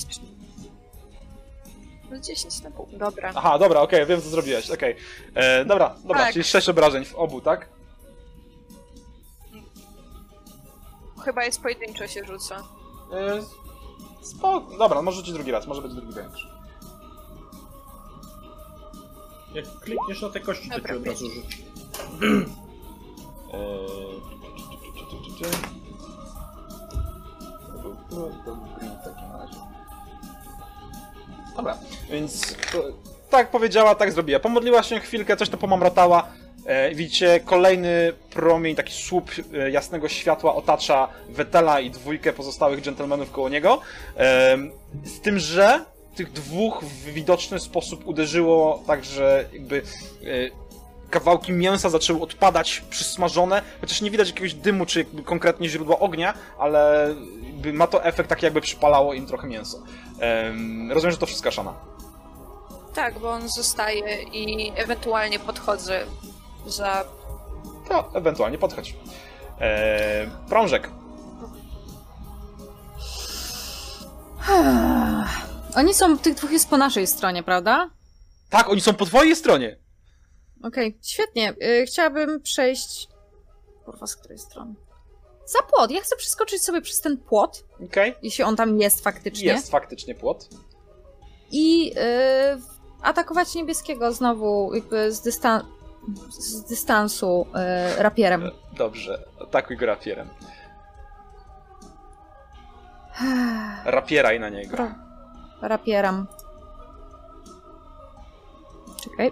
No dziesięć na pół, dobra. Aha, dobra, okej, wiem co zrobiłeś, okej. E, Dobra, dobra, Tak. czyli sześć obrażeń w obu, tak? Chyba jest pojedynczo się rzuca. E, Spo... Dobra, może rzucić drugi raz, może być drugi większy. Jak klikniesz na te kości, to Dobra, ci od razu rzuci. Eee, tu, tu, tu, tu, tu. To był- to był green w takim razie. Dobra, więc to, tak jak powiedziała, tak zrobiła. Pomodliła się chwilkę, coś to pomamrotała. E, widzicie, kolejny promień, taki słup e, jasnego światła otacza Wetela i dwójkę pozostałych dżentelmenów koło niego. E, z tym, że tych dwóch w widoczny sposób uderzyło tak, że jakby e, kawałki mięsa zaczęły odpadać przysmażone, chociaż nie widać jakiegoś dymu czy jakby konkretnie źródła ognia, ale jakby ma to efekt taki, jakby przypalało im trochę mięso. Um, rozumiem, że to wszystko Szana. Tak, bo on zostaje i ewentualnie podchodzę za... To ewentualnie podchodź. Eee, prążek. Oni są, tych dwóch jest po naszej stronie, prawda? Tak, oni są po twojej stronie. Okej, świetnie. Y, chciałabym przejść... Kurwa, z której strony? Za płot. Ja chcę przeskoczyć sobie przez ten płot, Okej. jeśli on tam jest faktycznie. Jest faktycznie płot. I y, atakować niebieskiego znowu jakby z, dystan- z dystansu y, rapierem. Dobrze, atakuj go rapierem. Rapieraj na niego. Ra- rapieram. Czekaj.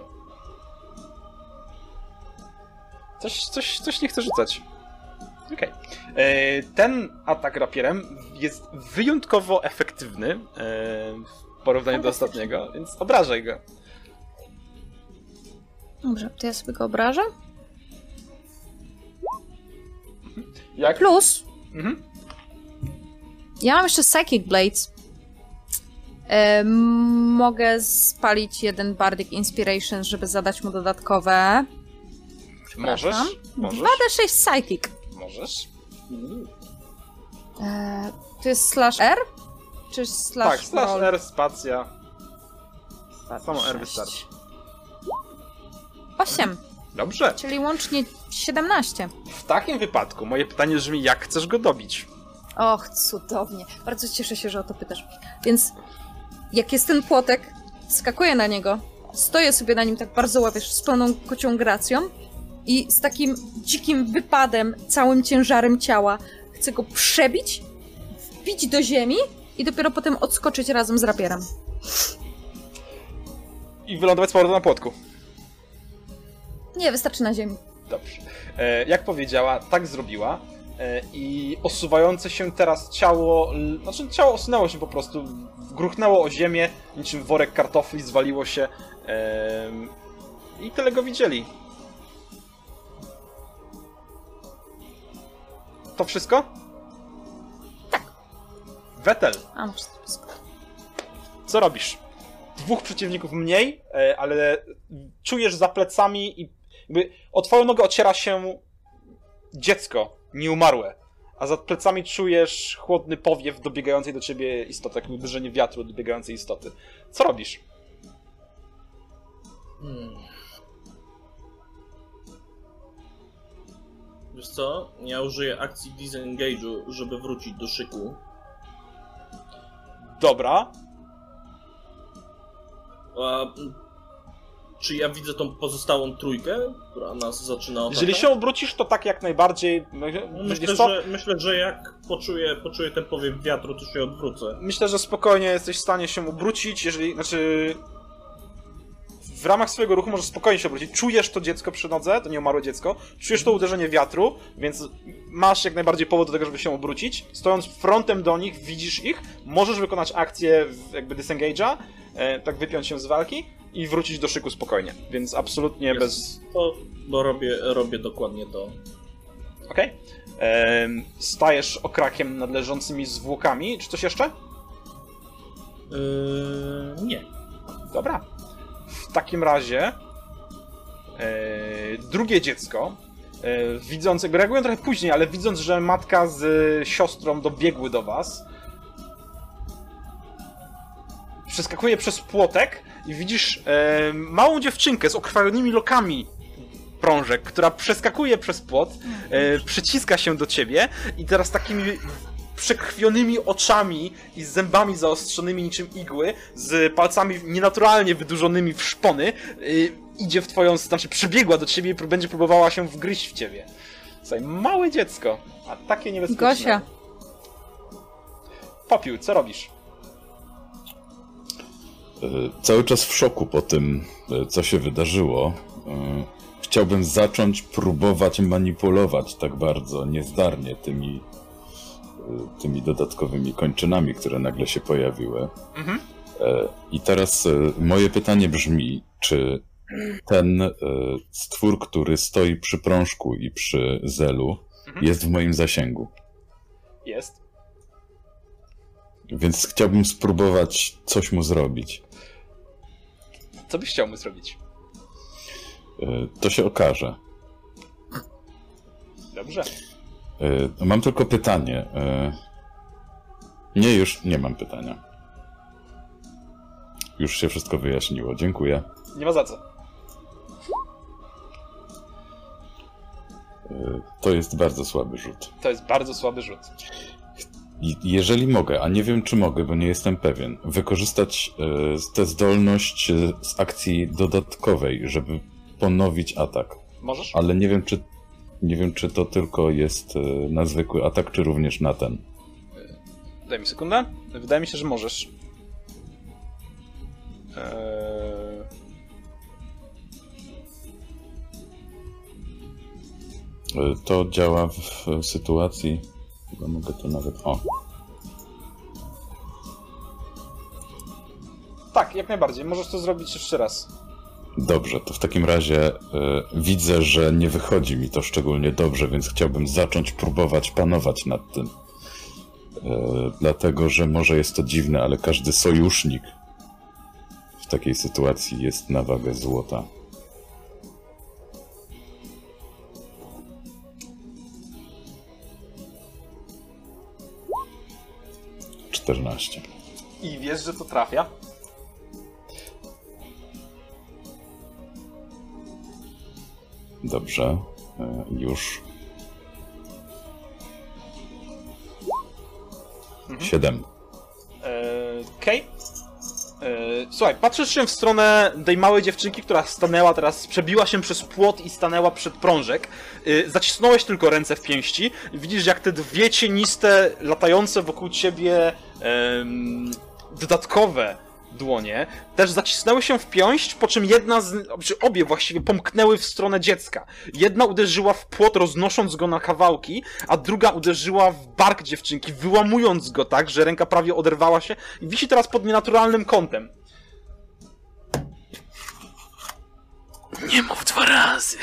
Coś, coś, coś nie chcę rzucać. Okej. E, Ten atak rapierem jest wyjątkowo efektywny e, w porównaniu do ostatniego, więc obrażaj go. Dobrze, to ja sobie go obrażę. Jak? Plus, Mhm. ja mam jeszcze Psychic Blades. E, mogę spalić jeden Bardic Inspiration, żeby zadać mu dodatkowe. Możesz? Możesz? dwa D sześć Psychic. Możesz? E, to jest slash R? Czy slash Tak, slash roll? R, spacja. Dwa, Samo R sześć. wystarczy. osiem, Dobrze. czyli łącznie siedemnaście. W takim wypadku moje pytanie brzmi, jak chcesz go dobić? Och, cudownie. Bardzo cieszę się, że o to pytasz. Więc jak jest ten płotek, skakuję na niego, stoję sobie na nim tak bardzo łapiesz z pełną kocią gracją i z takim dzikim wypadem, całym ciężarem ciała chcę go przebić, wbić do ziemi i dopiero potem odskoczyć razem z rapierem. I wylądować z powrotem na płotku. Nie, wystarczy na ziemi. Dobrze. E, jak powiedziała, tak zrobiła. E, I osuwające się teraz ciało, l- znaczy ciało osunęło się po prostu, gruchnęło o ziemię, niczym worek kartofli, zwaliło się e, i tyle go widzieli. To wszystko? Tak. Wetel, A, wszystko. co robisz? Dwóch przeciwników mniej, e, ale czujesz za plecami i jakby o twoją nogę ociera się dziecko, nieumarłe, a za plecami czujesz chłodny powiew dobiegającej do ciebie istoty, jakby uderzenie wiatru dobiegającej istoty. Co robisz? Hmm. Wiesz co? Ja użyję akcji disengage'u, żeby wrócić do szyku. Dobra. A, czy ja widzę tą pozostałą trójkę, która nas zaczyna otaczać? Jeżeli się obrócisz, to tak jak najbardziej. Myślę, Wiesz co? że, myślę, że jak poczuję, poczuję ten powiew wiatru, to się odwrócę. Myślę, że spokojnie jesteś w stanie się obrócić, jeżeli, znaczy... W ramach swojego ruchu możesz spokojnie się obrócić. Czujesz to dziecko przy nodze, to nieumarłe dziecko, czujesz to uderzenie wiatru, więc masz jak najbardziej powód do tego, żeby się obrócić. Stojąc frontem do nich, widzisz ich, możesz wykonać akcję jakby disengage'a, e, tak wypiąć się z walki i wrócić do szyku spokojnie, więc absolutnie Jest. bez... To, bo robię, robię dokładnie to. Okej. Okay. Stajesz okrakiem nad leżącymi zwłokami, czy coś jeszcze? Yy, nie. Dobra. W takim razie e, drugie dziecko, e, widząc, jakby reagują trochę później, ale widząc, że matka z siostrą dobiegły do was, przeskakuje przez płotek i widzisz e, małą dziewczynkę z okrwawionymi lokami prążek, która przeskakuje przez płot, e, przyciska się do ciebie i teraz takimi przekrwionymi oczami i z zębami zaostrzonymi niczym igły, z palcami nienaturalnie wydłużonymi w szpony, yy, idzie w twoją, znaczy przybiegła do ciebie i będzie próbowała się wgryźć w ciebie. Słuchaj, małe dziecko, a takie niebezpieczne. Gosia. Popiół, co robisz? Cały czas w szoku po tym, co się wydarzyło. Chciałbym zacząć próbować manipulować tak bardzo niezdarnie tymi tymi dodatkowymi kończynami, które nagle się pojawiły. Mhm. I teraz moje pytanie brzmi, czy ten stwór, który stoi przy prążku i przy Zelu, mhm. jest w moim zasięgu? Jest. Więc chciałbym spróbować coś mu zrobić. Co byś chciał mu zrobić? To się okaże. Dobrze. Mam tylko pytanie. Nie, już nie mam pytania. Już się wszystko wyjaśniło. Dziękuję. Nie ma za co. To jest bardzo słaby rzut. To jest bardzo słaby rzut. Jeżeli mogę, a nie wiem czy mogę, bo nie jestem pewien, wykorzystać tę zdolność z akcji dodatkowej, żeby ponowić atak. Możesz? Ale nie wiem czy Nie wiem, czy to tylko jest na zwykły atak, czy również na ten. Daj mi sekundę. Wydaje mi się, że możesz. Eee... To działa w sytuacji... Chyba mogę to nawet... O! Tak, jak najbardziej. Możesz to zrobić jeszcze raz. Dobrze, to w takim razie y, widzę, że nie wychodzi mi to szczególnie dobrze, więc chciałbym zacząć próbować panować nad tym. Y, dlatego, że może jest to dziwne, ale każdy sojusznik w takiej sytuacji jest na wagę złota. czternaście. I wiesz, że to trafia? Dobrze, już. Mhm. Siedem. Okej. Okay. Słuchaj, patrzysz się w stronę tej małej dziewczynki, która stanęła teraz, przebiła się przez płot i stanęła przed prążek. Zacisnąłeś tylko ręce w pięści i widzisz, jak te dwie cieniste, latające wokół ciebie em, dodatkowe dłonie, też zacisnęły się w pięść, po czym jedna z, czy obie właściwie pomknęły w stronę dziecka. Jedna uderzyła w płot, roznosząc go na kawałki, a druga uderzyła w bark dziewczynki, wyłamując go tak, że ręka prawie oderwała się i wisi teraz pod nienaturalnym kątem. Nie mów dwa razy.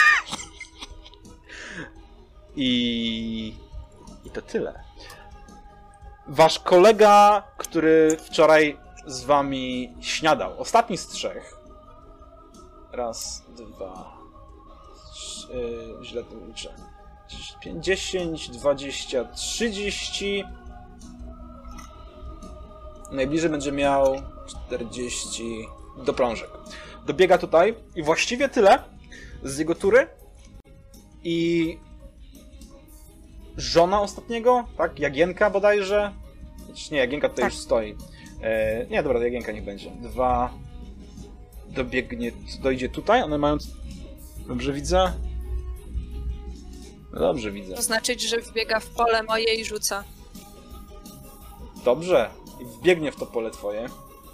I... I to tyle. Wasz kolega, który wczoraj z wami śniadał, ostatni z trzech. Raz, dwa, trzy, yy, źle to liczę. dziesięć, dwadzieścia, trzydzieści. Najbliżej będzie miał czterdzieści do prążek. Dobiega tutaj i właściwie tyle z jego tury. I żona ostatniego, tak? Jagienka bodajże. Nie, Jagienka tutaj tak. już stoi. E, nie, dobra, Jagienka niech będzie. Dwa. Dobiegnie, dojdzie tutaj. One mają. Dobrze widzę? No dobrze widzę. Oznaczyć, że wbiega w pole moje i rzuca. Dobrze. I wbiegnie w to pole twoje.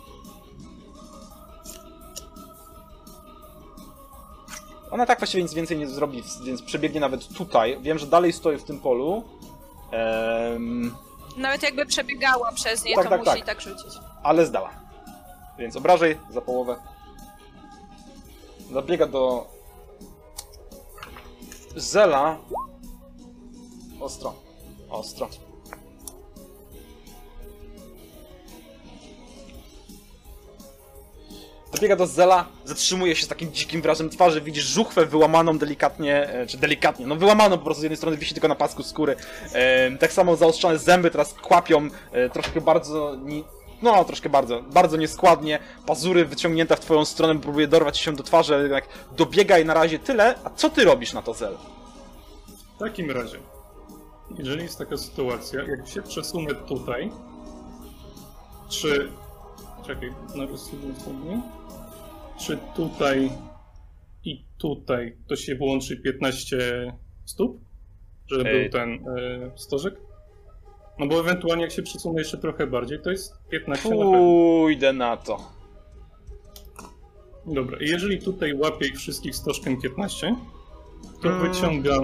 Ona tak właściwie nic więcej nie zrobi, więc przebiegnie nawet tutaj. Wiem, że dalej stoi w tym polu. Ehm... Nawet jakby przebiegała przez nie, tak, to tak, musi tak. tak rzucić. Ale zdała. Więc obrażaj za połowę. Dobiega do Zela. Ostro. Ostro. Dobiega do Zela, zatrzymuje się z takim dzikim wyrazem twarzy, widzisz żuchwę wyłamaną delikatnie, czy delikatnie, no wyłamaną po prostu z jednej strony, wisi tylko na pasku skóry. E, tak samo zaostrzone zęby teraz kłapią, e, troszkę bardzo, ni no troszkę bardzo, bardzo nieskładnie, pazury wyciągnięte w twoją stronę, próbuje dorwać się do twarzy, ale jednak dobiega i na razie tyle. A co ty robisz na to, Zel? W takim razie, jeżeli jest taka sytuacja, jak się przesunę tutaj, czy... Czekaj, narysuję sobie. Czy tutaj i tutaj to się włączy piętnaście stóp? Żeby Ej. był ten y, stożek? No bo ewentualnie jak się przesunę jeszcze trochę bardziej, to jest piętnaście na pewno. Pójdę na to. Dobra, i jeżeli tutaj łapię ich wszystkich stożkiem piętnaście, to Mm. wyciągam...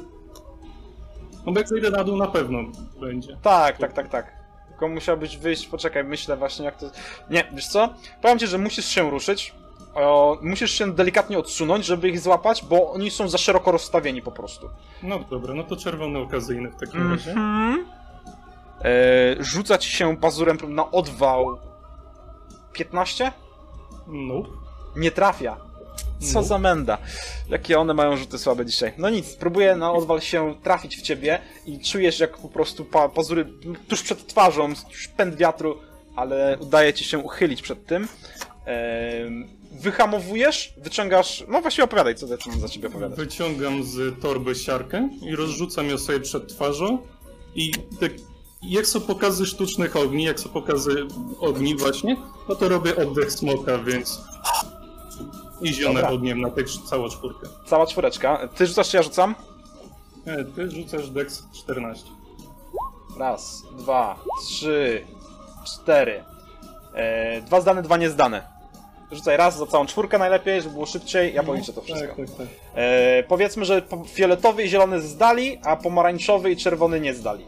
No bo jak zejdę na dół, na pewno będzie. Tak, tak, tak, tak. Tylko musiałbyś wyjść, poczekaj, myślę właśnie jak to... Nie, wiesz co? Powiem ci, że musisz się ruszyć. O, musisz się delikatnie odsunąć, żeby ich złapać, bo oni są za szeroko rozstawieni po prostu. No dobra, no to czerwony okazyjny w takim razie. Mhm. E, rzuca ci się pazurem na odwał piętnaście? Nope. Nie trafia. Co No. za menda. Jakie one mają rzuty słabe dzisiaj. No nic, próbuję na odwal się trafić w ciebie i czujesz jak po prostu pa pazury tuż przed twarzą, tuż pęd wiatru, ale udaje ci się uchylić przed tym. Ehm, wyhamowujesz, wyciągasz... No właściwie opowiadaj, co ja mam za ciebie opowiadać. Wyciągam z torby siarkę i rozrzucam ją sobie przed twarzą i tak jak są pokazy sztucznych ogni, jak są pokazy ogni właśnie, no to robię oddech smoka, więc i zionę Dobra. ogniem na tę całą czwórkę. Cała czwóreczka. Ty rzucasz, czy ja rzucam? E, ty rzucasz dex czternaście. Raz, dwa, trzy, cztery. E, dwa zdane, dwa niezdane. Rzucaj raz za całą czwórkę najlepiej, żeby było szybciej. Ja policzę to wszystko. Tak, tak, tak. E, powiedzmy, że po- fioletowy i zielony zdali, a pomarańczowy i czerwony nie zdali.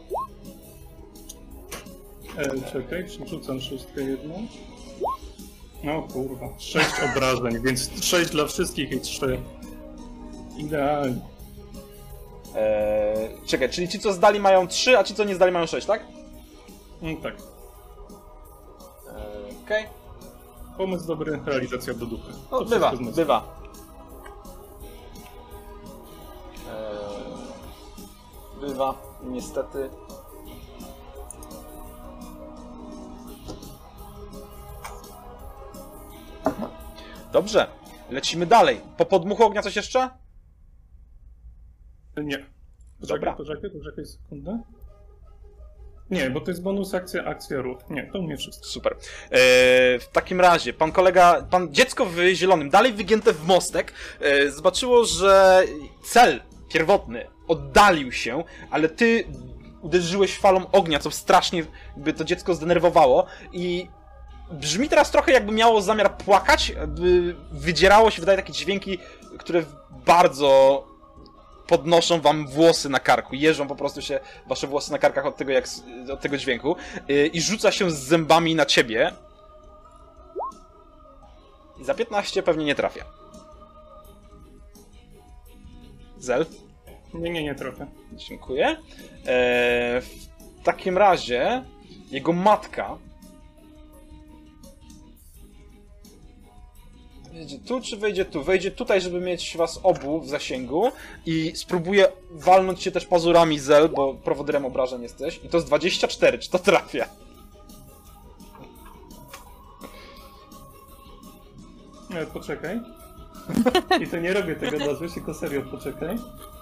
E, czekaj, rzucam szóstkę jedną. No kurwa, sześć obrażeń, więc sześć dla wszystkich i trzy. Idealnie. E, czekaj, czyli ci co zdali mają trzy, a ci co nie zdali mają sześć, tak? No tak. E, Okej. Pomysł dobry, realizacja do dupy. No, To bywa, wszystko z bywa. E, bywa, niestety. Dobrze, lecimy dalej. Po podmuchu ognia coś jeszcze? Nie. Dobra. Poczekaj, poczekaj, poczekaj sekundę. Nie, bo to jest bonus akcja, akcja ruch. Nie, to u mnie wszystko. Super. E, w takim razie, pan kolega, pan dziecko w zielonym, dalej wygięte w mostek, e, zobaczyło, że cel pierwotny oddalił się, ale ty uderzyłeś falą ognia, co strasznie by to dziecko zdenerwowało i brzmi teraz trochę jakby miało zamiar płakać, by wydzierało się, wydaje takie dźwięki, które bardzo podnoszą wam włosy na karku, jeżą po prostu się wasze włosy na karkach od tego, jak, od tego dźwięku yy, i rzuca się z zębami na ciebie. I za piętnaście pewnie nie trafia. Zel? Nie, nie, nie trochę. Dziękuję. Eee, w takim razie jego matka wejdzie tu, czy wejdzie tu? Wejdzie tutaj, żeby mieć was obu w zasięgu i spróbuje walnąć się też pazurami, Zel, bo prowodyrem obrażeń jesteś. I to jest dwadzieścia cztery, czy to trafia? Nie, poczekaj. I to nie robię tego dla złości, tylko serio, poczekaj.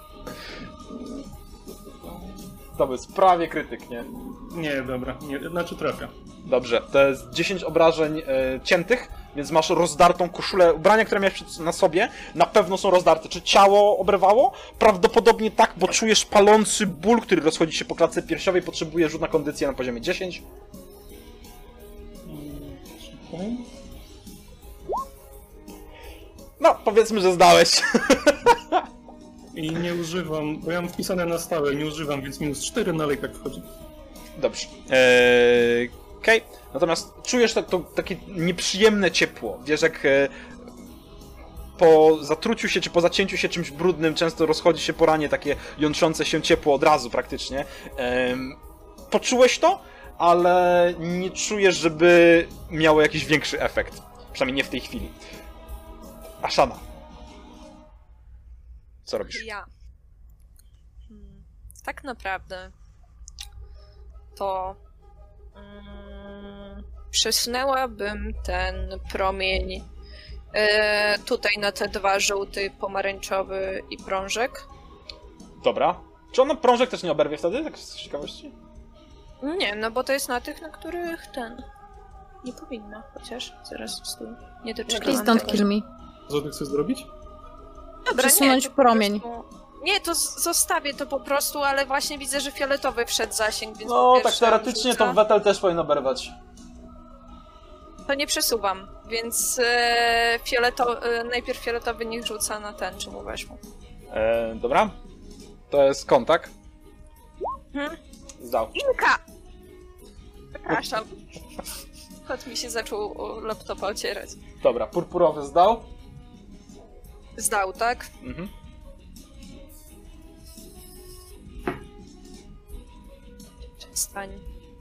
To jest prawie krytyk, nie? Nie, dobra, nie, znaczy trafia. Dobrze, to jest dziesięć obrażeń e, ciętych, więc masz rozdartą koszulę. Ubrania, które miałeś przed, na sobie, na pewno są rozdarte. Czy ciało oberwało? Prawdopodobnie tak, bo czujesz palący ból, który rozchodzi się po klatce piersiowej. Potrzebujesz rzut na kondycję na poziomie dziesięć. Czekaj. No, powiedzmy, że zdałeś. I nie używam, bo ja mam wpisane na stałe, nie używam, więc minus cztery, no ale i tak wchodzi. Dobrze. Eee, Okej. Okay. Natomiast czujesz to, to takie nieprzyjemne ciepło. Wiesz, jak e, po zatruciu się, czy po zacięciu się czymś brudnym często rozchodzi się po ranie takie jątrzące się ciepło od razu praktycznie. E, poczułeś to, ale nie czujesz, żeby miało jakiś większy efekt. Przynajmniej nie w tej chwili. Ashana. Co robisz? Ja. Hmm. Tak naprawdę to mm, przesunęłabym ten promień e, tutaj na te dwa, żółty, pomarańczowy i prążek. Dobra. Czy ona prążek też nie oberwie wtedy, tak z ciekawości? Nie, no bo to jest na tych, na których ten... Nie powinno, chociaż zaraz stój. Nie doczytałam Please don't tego. kill me. Co ty chcesz zrobić? Dobra, Przesunąć nie, to promień. po prostu- Nie, to z- zostawię to po prostu, ale właśnie widzę, że fioletowy wszedł zasięg, więc No, po tak pierwsze teoretycznie rzucę. to Vettel też powinien oberwać. To nie przesuwam, więc e, fioleto... e, najpierw fioletowy niech rzuca na ten, czemu weszło. E, dobra. To jest kontakt. Hmm? Zdał. Inka! Przepraszam. Kot mi się zaczął o laptopa ocierać. Dobra, purpurowy zdał. Zdał, tak? Mhm. Przestań.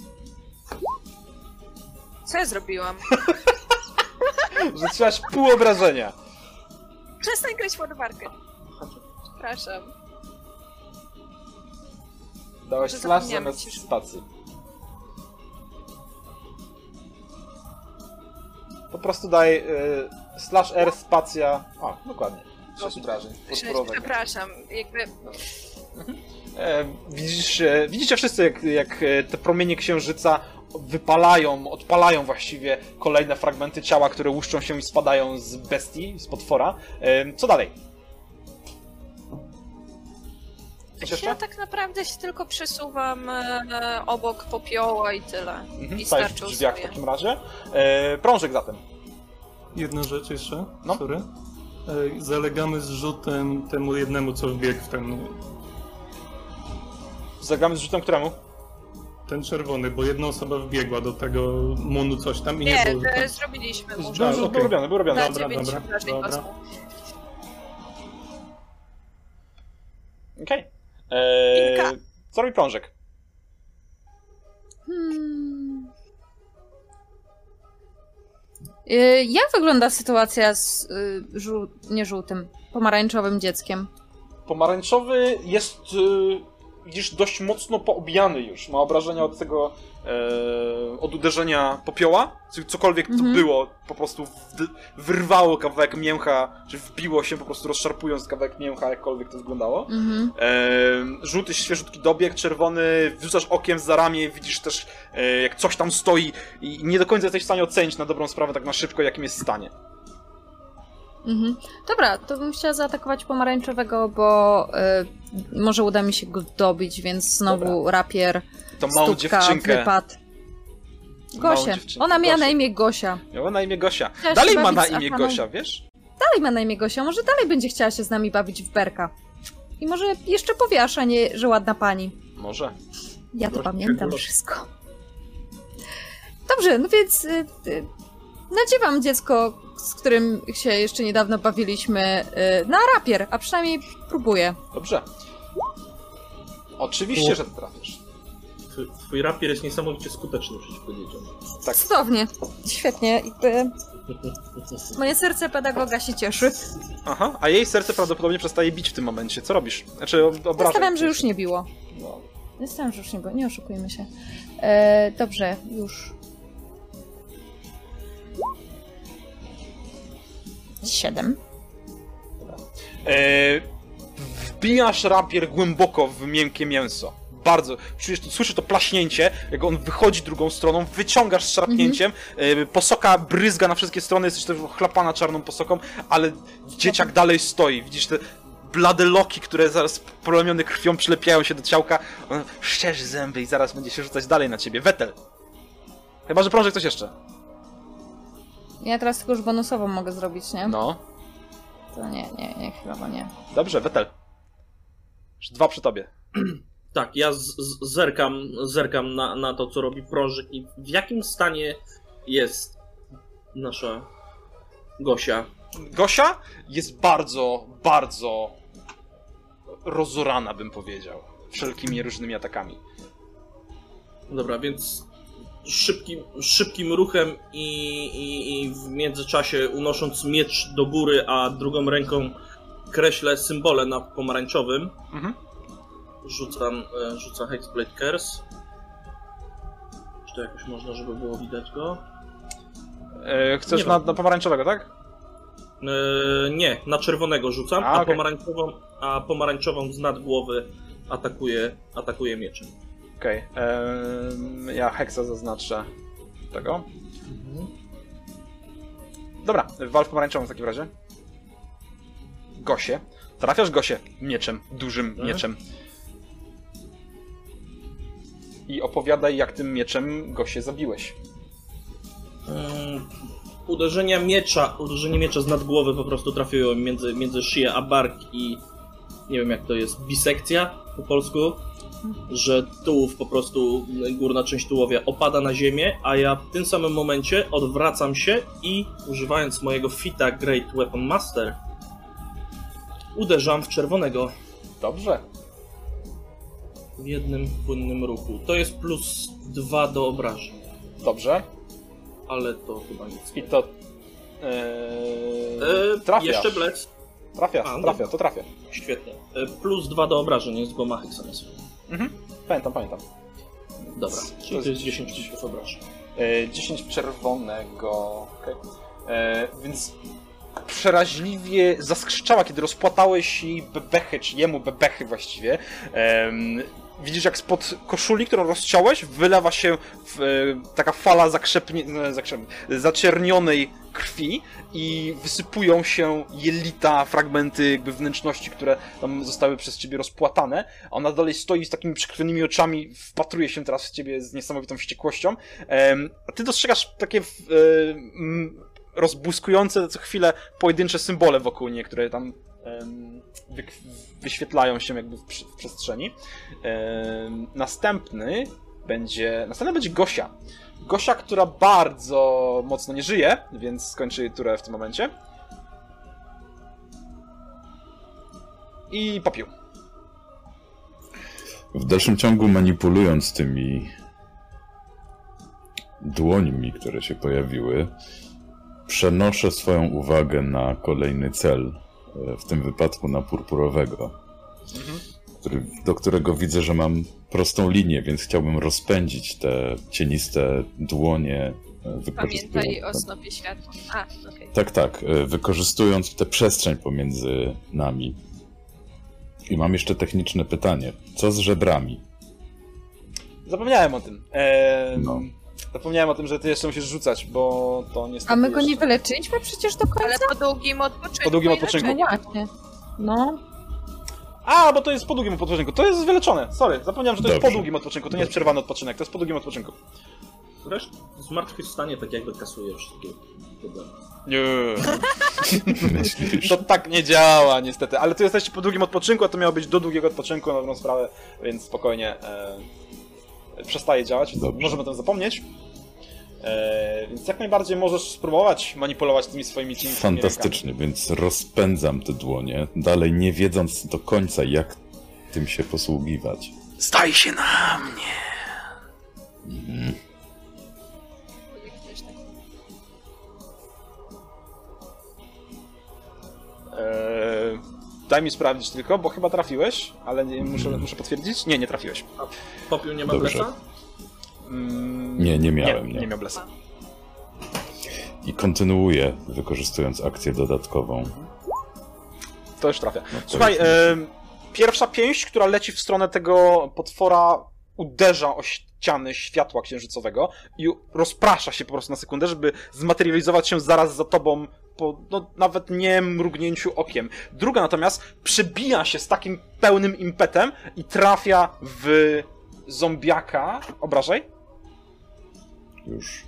Co ja zrobiłam? Rzuciłaś pół obrażenia. Przestań grać w ładowarkę. Przepraszam. Dałeś Może slash zapomniałam zamiast ci- spacji. Po prostu daj y, slash R spacja. O, dokładnie. sześć obrażeń. Cześć, Purpurowego. przepraszam, jakby... E, widzisz, e, widzicie wszyscy, jak, jak e, te promienie księżyca wypalają, odpalają właściwie kolejne fragmenty ciała, które łuszczą się i spadają z bestii, z potwora. E, co dalej? Coś jeszcze? Ja tak naprawdę się tylko przesuwam e, obok popioła i tyle. Mhm, I stajesz w starczą drzwiach w swoje. takim razie. E, prążek zatem. Jedna rzecz jeszcze, No. sorry. Ej, zalegamy z rzutem temu jednemu, co wbiegł w ten, Zagramy z rzutem któremu? ten czerwony, bo jedna osoba wbiegła do tego munu coś tam i nie, Nie, było... e, zrobiliśmy mu. Był, A, był okej. robiony, był robiony. Na dobra, dziewięć dobra, obrażeń dobra. kostką. Okej. E, Inka. Co robi prążek? Hmm. Y, Jak wygląda sytuacja z y, żół... nie żółtym, pomarańczowym dzieckiem? Pomarańczowy jest, e, widzisz, dość mocno poobijany już. Ma obrażenia od tego, e, od uderzenia popioła. C- Cokolwiek to Mhm. było, po prostu wd- wyrwało kawałek mięcha, czy wbiło się po prostu rozszarpując kawałek mięcha, jakkolwiek to wyglądało. Mhm. E, żółty, świeżutki dobieg, czerwony, wrzucasz okiem za ramię, widzisz też, e, jak coś tam stoi i nie do końca jesteś w stanie ocenić na dobrą sprawę tak na szybko, jakim jest stanie. Mhm. Dobra, to bym chciała zaatakować pomarańczowego, bo y, może uda mi się go dobić, więc znowu Dobra. rapier, Tą małą stópka, dziewczynkę. wypad. Gosię. dziewczynkę. Ona miała Gosię. na imię Gosia. Miała na imię Gosia. Chciała się Dalej ma bawić na z imię Achaną. Gosia, wiesz? Dalej ma na imię Gosia. Może dalej będzie chciała się z nami bawić w berka. I może jeszcze powie Aszanie, że ładna pani. Może. Ja to Gościa, pamiętam gościa. wszystko. Dobrze, no więc y, y, nadziewam dziecko, z którym się jeszcze niedawno bawiliśmy, y, na rapier, a przynajmniej próbuję. Dobrze. Oczywiście, że trafisz. Twój- Twój rapier jest niesamowicie skuteczny przeciwko dzieciom. Tak. Cudownie. Świetnie. Jakby moje serce pedagoga się cieszy. Aha, a jej serce prawdopodobnie przestaje bić w tym momencie. Co robisz? Znaczy, ob- obrażaj. Stawiam, że już nie biło. No. Stawiam, że już nie było. Nie oszukujmy się. E, dobrze, już. Siedem. Eee, wbijasz rapier głęboko w miękkie mięso. Bardzo. Czujesz, to, słyszysz to plaśnięcie, jak on wychodzi drugą stroną, wyciągasz z szarpnięciem, e, posoka bryzga na wszystkie strony, jesteś też chlapana czarną posoką, ale dzieciak dalej stoi. Widzisz te blade loki, które zaraz plamione krwią przylepiają się do ciałka. On szczerzy zęby i zaraz będzie się rzucać dalej na ciebie. Wetel. Chyba, że prążek coś jeszcze. Ja teraz tylko już bonusową mogę zrobić, nie? No. To nie, nie, nie, chyba nie. Dobrze, Wetel. Już dwa przy tobie. Tak, ja z, z, zerkam, zerkam na, na to, co robi prążek i w jakim stanie jest nasza Gosia. Gosia jest bardzo, bardzo rozorana, bym powiedział. Wszelkimi różnymi atakami. Dobra, więc szybkim, szybkim ruchem i, i, i w międzyczasie unosząc miecz do góry, a drugą ręką kreślę symbole na pomarańczowym. Mhm. Rzucam, e, rzucam Hexblade Curse. Czy to jakoś można, żeby było widać go? E, chcesz Nie na, wiem. na pomarańczowego, tak? E, nie, na czerwonego rzucam, A, a, okej. pomarańczową, a pomarańczową z nad głowy atakuje, atakuje mieczem. Okej. Okay. Ja heksa zaznaczę tego. Dobra, wal w pomarańczową w takim razie. Gosie. Trafiasz Gosię mieczem, dużym Tak. mieczem. I opowiadaj, jak tym mieczem Gosię zabiłeś. Mm, uderzenia miecza, uderzenie miecza z nad głowy po prostu trafiło między, między szyję a bark i nie wiem jak to jest, bisekcja po polsku, że tułów po prostu, górna część tułowia opada na ziemię, a ja w tym samym momencie odwracam się i używając mojego fita Great Weapon Master uderzam w czerwonego Dobrze. w jednym płynnym ruchu. To jest plus dwa do obrażeń, Dobrze. ale to chyba nic. I to... Yy... Eee, trafiasz. jeszcze blec. Trafiasz, A, no. trafia, to trafia. Świetnie. E, Plus dwa do obrażeń jest, bo ma heksanes. Mhm. Pamiętam, pamiętam. Dobra, czyli To to jest jest dziesięć punktów obrażeń. E, dziesięć czerwonego. Okay. E, więc przeraźliwie zaskrzyczała, kiedy rozpłatałeś jej bebechy, czy jemu bebechy właściwie. Em, widzisz, jak spod koszuli, którą rozciąłeś, wylewa się w, e, taka fala zakrzepnie, no, zakrzep, zaciernionej krwi i wysypują się jelita, fragmenty jakby wnętrzności, które tam zostały przez ciebie rozpłatane. A ona dalej stoi z takimi przykrwionymi oczami, wpatruje się teraz w ciebie z niesamowitą wściekłością. Em, a ty dostrzegasz takie... E, rozbłyskujące co chwilę pojedyncze symbole wokół niej, które tam um, wy, wyświetlają się jakby w, w przestrzeni. Um, następny będzie... Następna będzie Gosia. Gosia, która bardzo mocno nie żyje, więc skończy jej turę w tym momencie. I popił. W dalszym ciągu manipulując tymi dłońmi, które się pojawiły, przenoszę swoją uwagę na kolejny cel, w tym wypadku na purpurowego, mhm. który, do którego widzę, że mam prostą linię, więc chciałbym rozpędzić te cieniste dłonie. Pamiętaj o snopie światła. A, okej. Okay. Tak, tak, wykorzystując tę przestrzeń pomiędzy nami. I mam jeszcze techniczne pytanie. Co z żebrami? Zapomniałem o tym. Eee... No. Zapomniałem o tym, że ty jeszcze musisz rzucać, bo to niestety A my go jeszcze... nie wyleczyliśmy przecież do końca? Ale po długim odpoczynku. Po długim odpoczynku. No właśnie. No. A, bo to jest po długim odpoczynku. To jest wyleczone. Sorry, zapomniałem, że to jest Dobrze. po długim odpoczynku. To nie jest przerwany odpoczynek, to jest po długim odpoczynku. Reszta zmartwychwstanie tak jakby kasuje wszystkie problemy. Nie. Myślisz? To tak nie działa niestety, ale tu jesteście po długim odpoczynku, a to miało być do długiego odpoczynku na dobrą sprawę, więc spokojnie e, przestaje działać, więc Dobrze. możemy o tym zapomnieć. E, więc jak najbardziej możesz spróbować manipulować tymi swoimi cienkimi Fantastycznie, więc rozpędzam te dłonie, dalej nie wiedząc do końca, jak tym się posługiwać. rękami. Staj się na mnie! Mhm. Eee, daj mi sprawdzić tylko, bo chyba trafiłeś, ale nie, muszę, muszę potwierdzić. Nie, nie trafiłeś. Popiół nie ma Dobrze. blesa? Mm, Nie, nie miałem, Nie, nie. nie miał blesa. I kontynuuję, wykorzystując akcję dodatkową. To już trafia. No to Słuchaj, już em, pierwsza pięść, która leci w stronę tego potwora, uderza o ściany światła księżycowego i rozprasza się po prostu na sekundę, żeby zmaterializować się zaraz za tobą po no, nawet nie mrugnięciu okiem. Druga natomiast przebija się z takim pełnym impetem i trafia w zombiaka. Obrażaj. Już.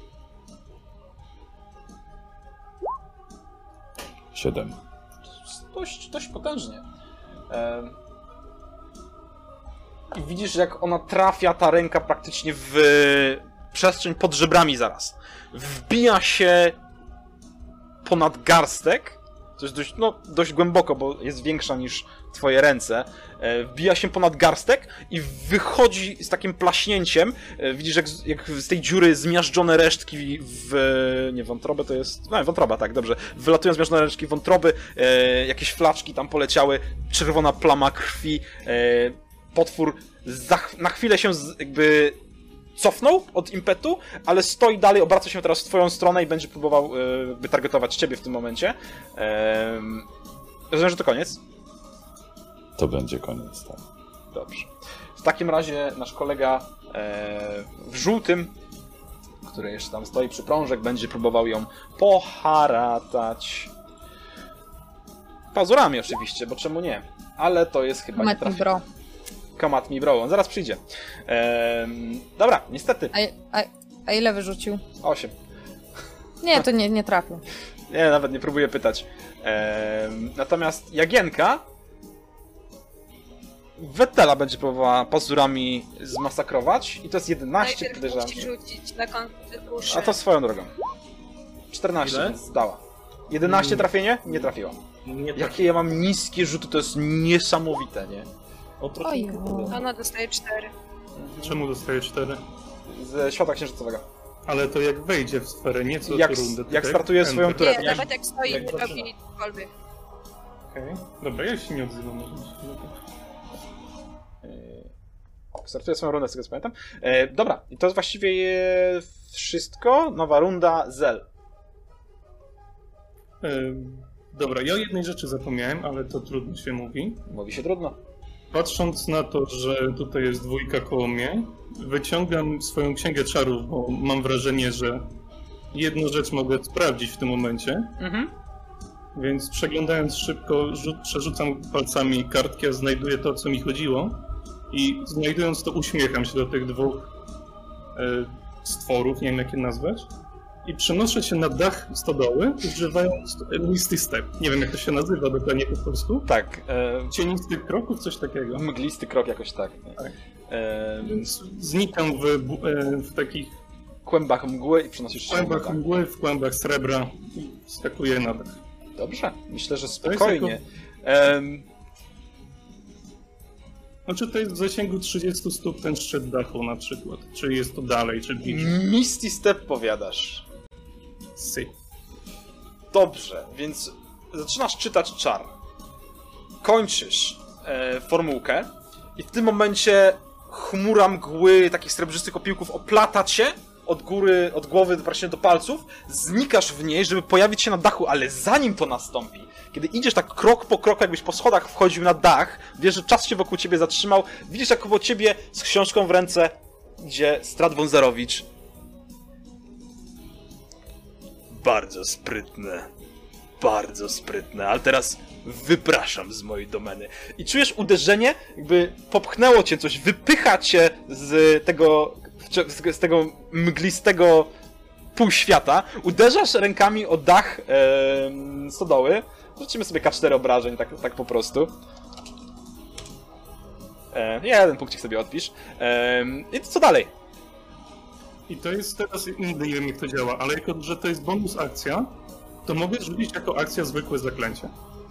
Siedem. Dość, dość potężnie. Em, I widzisz, jak ona trafia, ta ręka praktycznie w przestrzeń pod żebrami zaraz. Wbija się ponad garstek, to jest dość, no, dość głęboko, bo jest większa niż twoje ręce. E, Wbija się ponad garstek i wychodzi z takim plaśnięciem. E, Widzisz, jak, z- jak z tej dziury zmiażdżone resztki w... nie, wątrobę to jest... No, wątroba, tak, dobrze. Wylatują zmiażdżone resztki wątroby, e, jakieś flaczki tam poleciały, czerwona plama krwi. E, potwór za, ch- na chwilę się z, jakby cofnął od impetu, ale stoi dalej, obraca się teraz w twoją stronę i będzie próbował e, jakby targetować ciebie w tym momencie. E, rozumiem, że to koniec? To będzie koniec, tak. Dobrze. W takim razie nasz kolega e, w żółtym, który jeszcze tam stoi przy prążek, będzie próbował ją poharatać. Pazurami oczywiście, bo czemu nie? Ale to jest chyba nie Matni trafi- bro. Kamat mi bro, on zaraz przyjdzie. Ehm, dobra, niestety. A, a, a ile wyrzucił? osiem. Nie, to nie, nie trafił. Nie, nawet nie próbuję pytać. Ehm, natomiast Jagienka Wetela będzie próbowała pazurami zmasakrować i to jest jedenaście, Najpierw podejrzewam. musi rzucić na kąty uszy. A to swoją drogą. czternaście, Ile? więc zdała. jedenaście Mm. trafienie? Nie trafiła. Nie tak. Jakie ja mam niskie rzuty, to jest niesamowite, nie? O, trochę Oj, nie podoba. Ona dostaje cztery. Czemu dostaje cztery? Ze światła księżycowego. Ale to jak wejdzie w sferę, nie co Jak- co rundę. jak tak? startuje swoją Enter. turę. Nie, Turet, nie? nawet jak stoi Jak i zaczyna. robi cokolwiek. Okej. Dobra, ja się nie odzywam. może. Yy, Startuję swoją rundę, z tego co pamiętam. E, dobra, i to jest właściwie e, wszystko. Nowa runda, Zel. Ym, Dobra, ja o jednej rzeczy zapomniałem, ale to trudno się mówi. Mówi się trudno. Patrząc na to, że tutaj jest dwójka koło mnie, wyciągam swoją księgę czarów, bo mam wrażenie, że jedną rzecz mogę sprawdzić w tym momencie. Mhm. Więc przeglądając szybko, rzu- przerzucam palcami kartki, a znajduję to, o co mi chodziło. I znajdując to, uśmiecham się do tych dwóch e, stworów, nie wiem jak je nazwać. I przenoszę się na dach stodoły, używając Misty Step. Nie wiem jak to się nazywa dokładnie po polsku. Tak, e, Cienistych kroków, coś takiego. mglisty krok jakoś tak. Nie? Tak. E, Więc znikam w, bu- e, w takich kłębach mgły i przenosisz się kłębach na dach. mgły, w kłębach srebra i skakuję na dach. Dobrze, myślę, że jest spokojnie. Em, Znaczy to jest w zasięgu trzydziestu stóp ten szczyt dachu na przykład. Czy jest to dalej, czy bliżej. Misty Step powiadasz. Si. Dobrze, więc zaczynasz czytać czar. Kończysz e, formułkę i w tym momencie chmura mgły, takich srebrzystych opiłków oplata cię od góry, od głowy właśnie do palców, znikasz w niej, żeby pojawić się na dachu, ale zanim to nastąpi, kiedy idziesz tak krok po kroku, jakbyś po schodach wchodził na dach, wiesz, że czas się wokół ciebie zatrzymał, widzisz, jak obok ciebie z książką w ręce idzie Strat Wązerowicz. Bardzo sprytne. Bardzo sprytne, ale teraz wypraszam z mojej domeny. I czujesz uderzenie, jakby popchnęło cię coś, wypycha cię z tego, z tego mglistego półświata, uderzasz rękami o dach e, stodoły. Rzucimy sobie K cztery obrażeń, tak, tak po prostu. E, jeden punkcik sobie odpisz. E, I co dalej? I to jest teraz, nigdy nie wiem jak to działa, ale jako, że to jest bonus akcja, to mogę rzucić jako akcja zwykłe zaklęcie.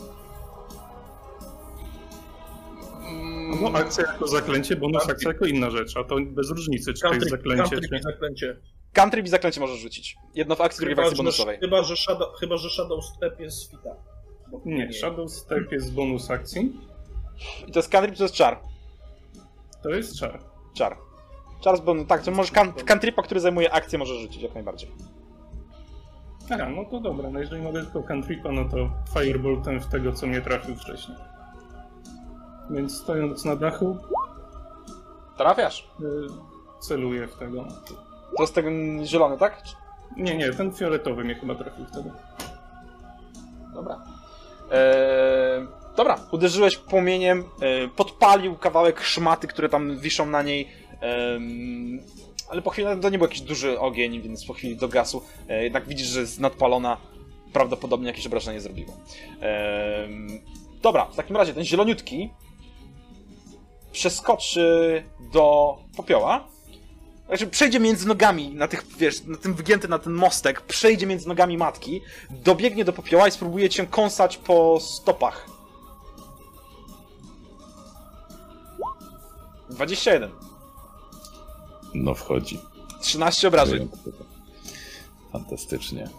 No akcja jako zaklęcie, bonus akcja jako inna rzecz, a to bez różnicy, czy to jest zaklęcie, country, czy... zaklęcie. Country i zaklęcie możesz rzucić. Jedno w akcji, drugie w akcji Chyba, bonusowej. że, chyba, że Shadow, chyba, że Shadow Step jest swita. Nie, Shadow Step jest bonus akcji, I to jest country, czy to jest czar? to jest czar. Czar. Czar z bonus... Tak, to możesz kan cantripa, który zajmuje akcję, możesz rzucić jak najbardziej. Aha, no to dobra, no jeżeli mogę tylko cantripa, no to Fireboltem w tego, co mnie trafił wcześniej. Więc stojąc na dachu, Trafiasz. y, celuję w tego. To jest ten zielony, tak? Nie, nie, ten fioletowy mnie chyba trafił wtedy. Dobra. Eee, dobra, uderzyłeś płomieniem, e, podpalił kawałek szmaty, które tam wiszą na niej. Em, ale po chwili, to nie był jakiś duży ogień, więc po chwili dogasł. E, jednak widzisz, że jest nadpalona. Prawdopodobnie jakieś obrażenie zrobiło. Em, dobra, w takim razie ten zieloniutki przeskoczy do popioła. Znaczy przejdzie między nogami, na tych, wiesz, na tym wygięty na ten mostek, przejdzie między nogami matki, dobiegnie do popioła i spróbuje cię kąsać po stopach. dwadzieścia jeden. No wchodzi. trzynaście obrażeń. Fantastycznie.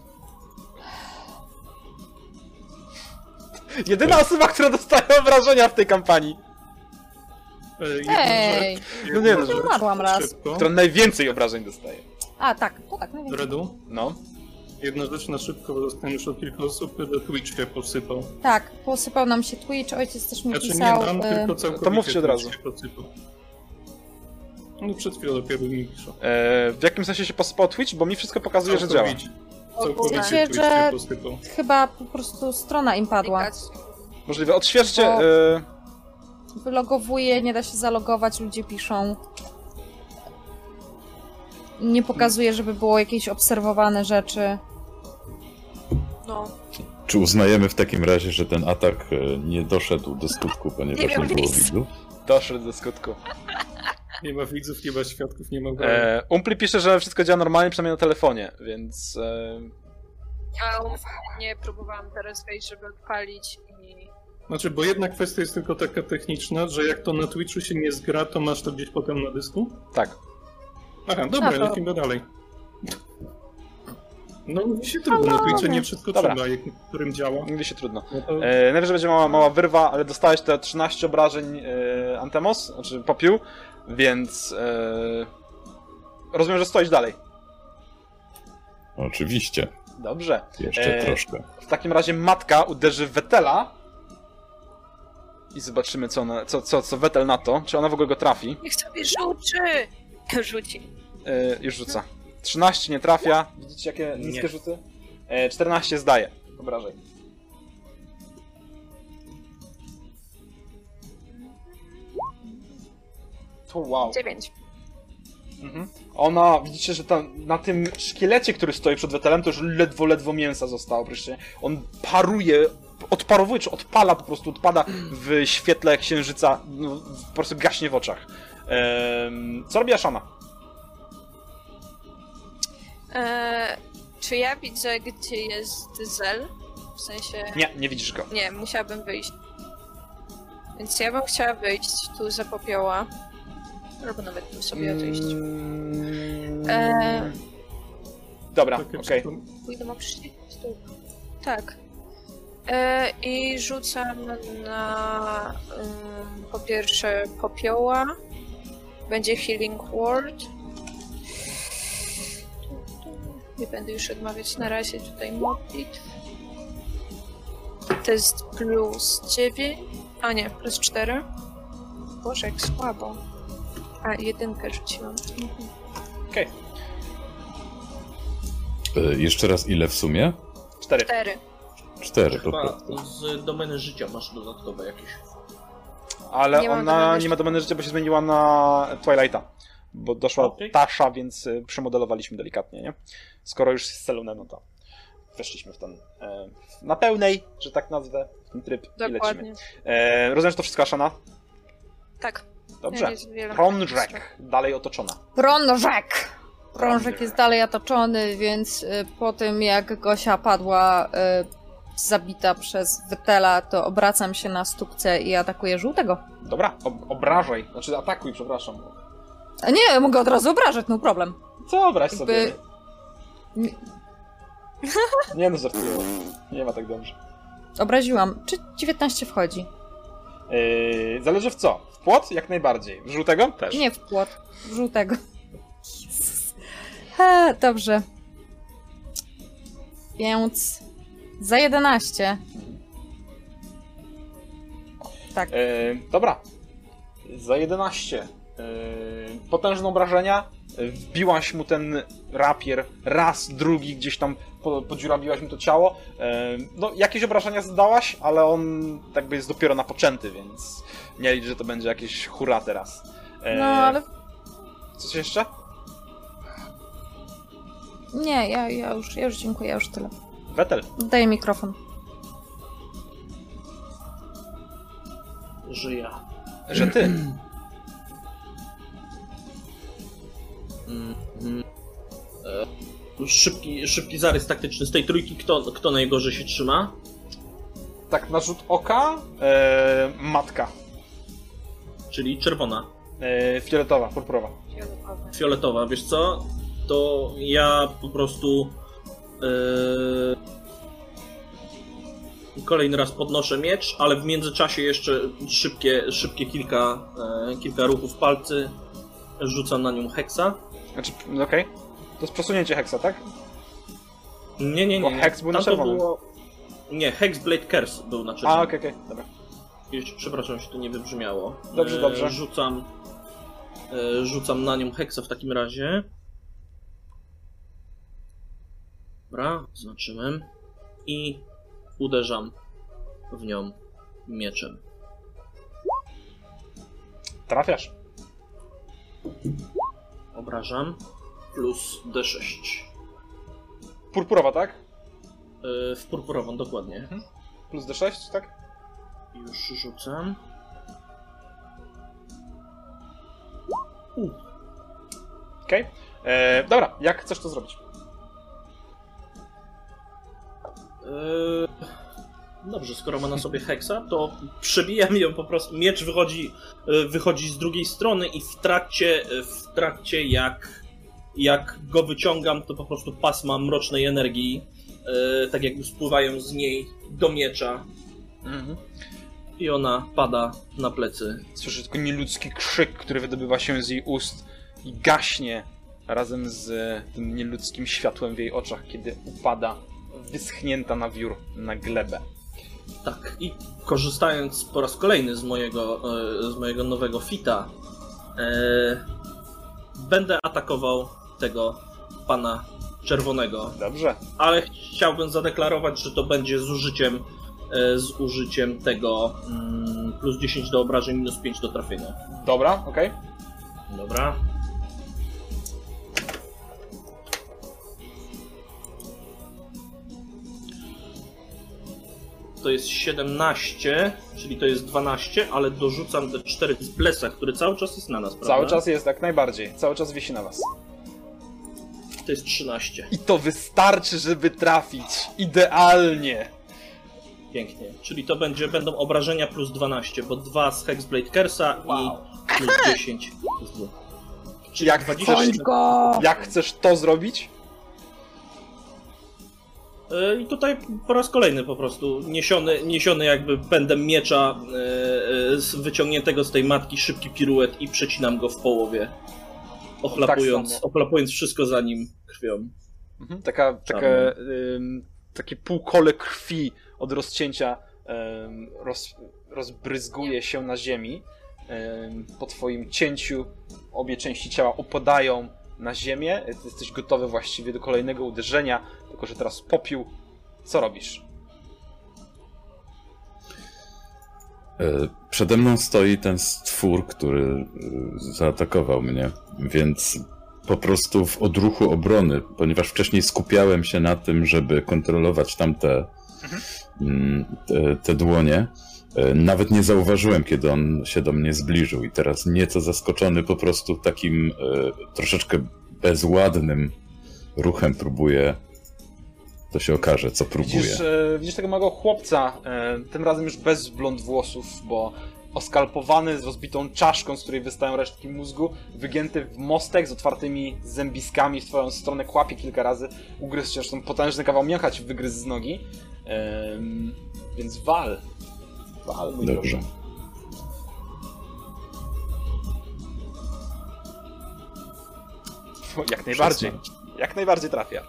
Jedyna osoba, która dostaje obrażenia w tej kampanii. E, jedna Ej, rzecz, no jedna nie, no, rzecz, umarłam raz. szybko. Która najwięcej obrażeń dostaje. A, tak, to tak, najwięcej. Redu, No. jedna rzecz na szybko, bo dostałem już od kilku osób, że Twitch się posypał. Tak, posypał nam się Twitch, ojciec też mi Znaczy pisał. nie nam, y, tylko całkowicie To mówcie od Twitch razu. się posypał. No przed chwilą dopiero mi piszą. E, w jakim sensie się posypał Twitch? Bo mi wszystko pokazuje, że działa. Całkowicie. Całkowicie Wiecie, Twitch że- się posypał. Chyba po prostu strona im padła. Możliwe. Odświeżcie... Bo- E, Wylogowuje, nie da się zalogować, ludzie piszą. Nie pokazuje, żeby było jakieś obserwowane rzeczy. No. Czy uznajemy w takim razie, że ten atak e, nie doszedł do skutku, ponieważ Nie nie, miał było miejsca. widzów? doszedł do skutku. Nie ma widzów, nie ma świadków, nie ma e... E, Umpli pisze, że wszystko działa normalnie, przynajmniej na telefonie, więc... E, Ja nie próbowałam teraz wejść, żeby odpalić i... Znaczy, bo jedna kwestia jest tylko taka techniczna, że jak to na Twitchu się nie zgra, to masz to gdzieś potem na dysku? tak. Aha, dobra, A, to- lecimy dalej. No mówi się trudno, na Twitchu nie wszystko Dobra. trzeba, jak którym działa. Nigdy się trudno. No to... E, najwyżej będzie mała, mała wyrwa, ale dostałeś te trzynaście obrażeń e, Antemos, znaczy popiół, więc... E, rozumiem, że stoisz dalej. Oczywiście. Dobrze. Jeszcze E, troszkę. W takim razie matka uderzy w Wetela. I zobaczymy, co, ona, co, co, co Wetel na to. Czy ona w ogóle go trafi. Niech sobie rzuci! Rzuci. E, już rzuca. trzynaście nie trafia. Widzicie, jakie niskie Nie. rzuty? E, czternaście zdaje. Obrażeń. To wow. Dziewięć. Mhm. Ona, widzicie, że tam, na tym szkielecie, który stoi przed Wetelem, to już ledwo, ledwo mięsa zostało. Wreszcie. On paruje, odparowuje, czy odpala po prostu, odpada w świetle księżyca, no, po prostu gaśnie w oczach. Ehm, co robi Ashana? Eee, czy ja widzę, gdzie jest Zel? W sensie... Nie, nie widzisz go. Nie, musiałabym wyjść. Więc ja bym chciała wyjść tu za popioła. Albo nawet tu sobie odejść. Mm, Eee, Dobra, Takie okej. czysto- pójdę ma przyjść tu. Tak. Eee, I rzucam na ym, po pierwsze popioła. Będzie Healing Word. Nie będę już odmawiać na razie tutaj modlitw. To jest plus dziewięć. A nie, plus cztery. Boże, jak słabo. A, jedynkę rzuciłam. Mhm. Okej. E, jeszcze raz ile w sumie? Cztery. Cztery. Cztery po Chyba prostu. z domeny życia masz dodatkowe jakieś. Ale Nie mam ona domeny nie życia. ma domeny życia, bo się zmieniła na Twilighta. bo doszła Okay. Tasza, więc y, przemodelowaliśmy delikatnie, nie? Skoro już jest Selune, no to weszliśmy w ten, e, na pełnej, że tak nazwę, w ten tryb i Dokładnie. lecimy. E, rozumiem, że to wszystko, Ashana? Tak. Dobrze. Ja nie wiele- Prążek, dalej otoczona. Prążek! Prążek jest dalej otoczony, więc y, po tym jak Gosia padła y, zabita przez Wetela, to obracam się na stópce i atakuję żółtego. Dobra, ob obrażaj, znaczy atakuj, przepraszam. A nie, mogę od razu obrażać, no problem. Co obraź Jakby- sobie? Nie- Nie no, żartuję. Nie ma tak dobrze. Obraziłam. Czy dziewiętnaście wchodzi? Yy, zależy w co? W płot? Jak najbardziej. W żółtego? Też. Nie w płot. W żółtego. Jezus. Ha, dobrze. Więc za jedenaście. Tak. Yy, dobra. Za jedenaście. Yy, potężne obrażenia. Yy, Wbiłaś mu ten rapier raz, drugi, gdzieś tam po, podziurabiłaś mu to ciało. Yy, no, jakieś obrażenia zdałaś, ale on jakby jest dopiero napoczęty, więc nie licz, że to będzie jakieś hura teraz. Yy, No, ale Coś jeszcze? nie, ja, ja, już, ja już dziękuję, ja już tyle. Wetel. Daję mikrofon. Że ja. Że ty. Mhm. E, Szybki, szybki zarys taktyczny z tej trójki. Kto, kto najgorzej się trzyma? Tak na rzut oka. E, matka. Czyli czerwona. E, fioletowa, purpurowa. Fioletowa, wiesz co? To ja po prostu yy, kolejny raz podnoszę miecz, ale w międzyczasie jeszcze szybkie, szybkie kilka, yy, kilka ruchów palcy. Rzucam na nią heksa. Znaczy, no okej. To jest przesunięcie heksa, tak? Nie, nie, Bo nie. nie. heks był na Tamto czerwonym. było... Nie, Hexblade Curse był na czerwonym. A, okej, okej, dobra. Jeszcze, przepraszam, się to nie wybrzmiało. Dobrze, E, dobrze. Rzucam, e, rzucam na nią heksa w takim razie. Dobra, znaczyłem. I uderzam w nią mieczem. Trafiasz. Obrażam. Plus D sześć. Purpurowa, tak? E, w purpurową, dokładnie. Plus D sześć, tak? Już rzucam. U. Okej. E, Dobra, jak chcesz to zrobić? Eee, Dobrze, skoro ma na sobie heksa, to przebijam ją po prostu. Miecz wychodzi, e, wychodzi z drugiej strony i w trakcie, e, w trakcie jak, jak go wyciągam, to po prostu pasma mrocznej energii, e, tak jakby spływają z niej do miecza Mhm. i ona pada na plecy. Słyszysz tylko nieludzki krzyk, który wydobywa się z jej ust i gaśnie razem z tym nieludzkim światłem w jej oczach, kiedy upada wyschnięta na wiór, na glebę. Tak, i korzystając po raz kolejny z mojego, e, z mojego nowego fita, e, będę atakował tego pana czerwonego. Dobrze. Ale chciałbym zadeklarować, że to będzie z użyciem, e, z użyciem tego mm, plus dziesięć do obrażeń, minus pięć do trafienia. Dobra, okej. Dobra. To jest siedemnaście, czyli to jest dwanaście, ale dorzucam D cztery z blesa, który cały czas jest na nas, prawda? Cały czas jest, jak najbardziej. Cały czas wisi na was. To jest trzynaście. I to wystarczy, żeby trafić. Idealnie. Pięknie. Czyli to będzie, będą obrażenia plus dwanaście, bo dwa z Hexblade Curse'a Wow. i plus dziesięć z dwóch. Czyli Jak dwadzieścia chcesz, siedem. Go! jak chcesz to zrobić? I tutaj po raz kolejny po prostu niesiony, niesiony jakby pędem miecza e, z wyciągniętego z tej matki szybki piruet i przecinam go w połowie, ochlapując, Tak samo. ochlapując wszystko za nim krwią. Mhm, taka, takie, ym, takie półkole krwi od rozcięcia ym, roz, rozbryzguje się na ziemi. Ym, po twoim cięciu obie części ciała opadają na ziemię. Ty jesteś gotowy właściwie do kolejnego uderzenia, tylko że teraz popiół. Co robisz? Przede mną stoi ten stwór, który zaatakował mnie, więc po prostu w odruchu obrony, ponieważ wcześniej skupiałem się na tym, żeby kontrolować tamte mhm. te, te dłonie, nawet nie zauważyłem, kiedy on się do mnie zbliżył i teraz nieco zaskoczony po prostu takim e, troszeczkę bezładnym ruchem próbuję. To się okaże, co próbuje. Widzisz, e, widzisz tego małego chłopca, e, tym razem już bez blond włosów, bo oskalpowany, z rozbitą czaszką, z której wystają resztki mózgu, wygięty w mostek z otwartymi zębiskami w twoją stronę, kłapie kilka razy, ugryzł cię, zresztą potężny kawał mięcha ci wygryzł z nogi, e, więc wal. Wal, mój Dobrze. Boże. Jak najbardziej. Jak najbardziej trafia.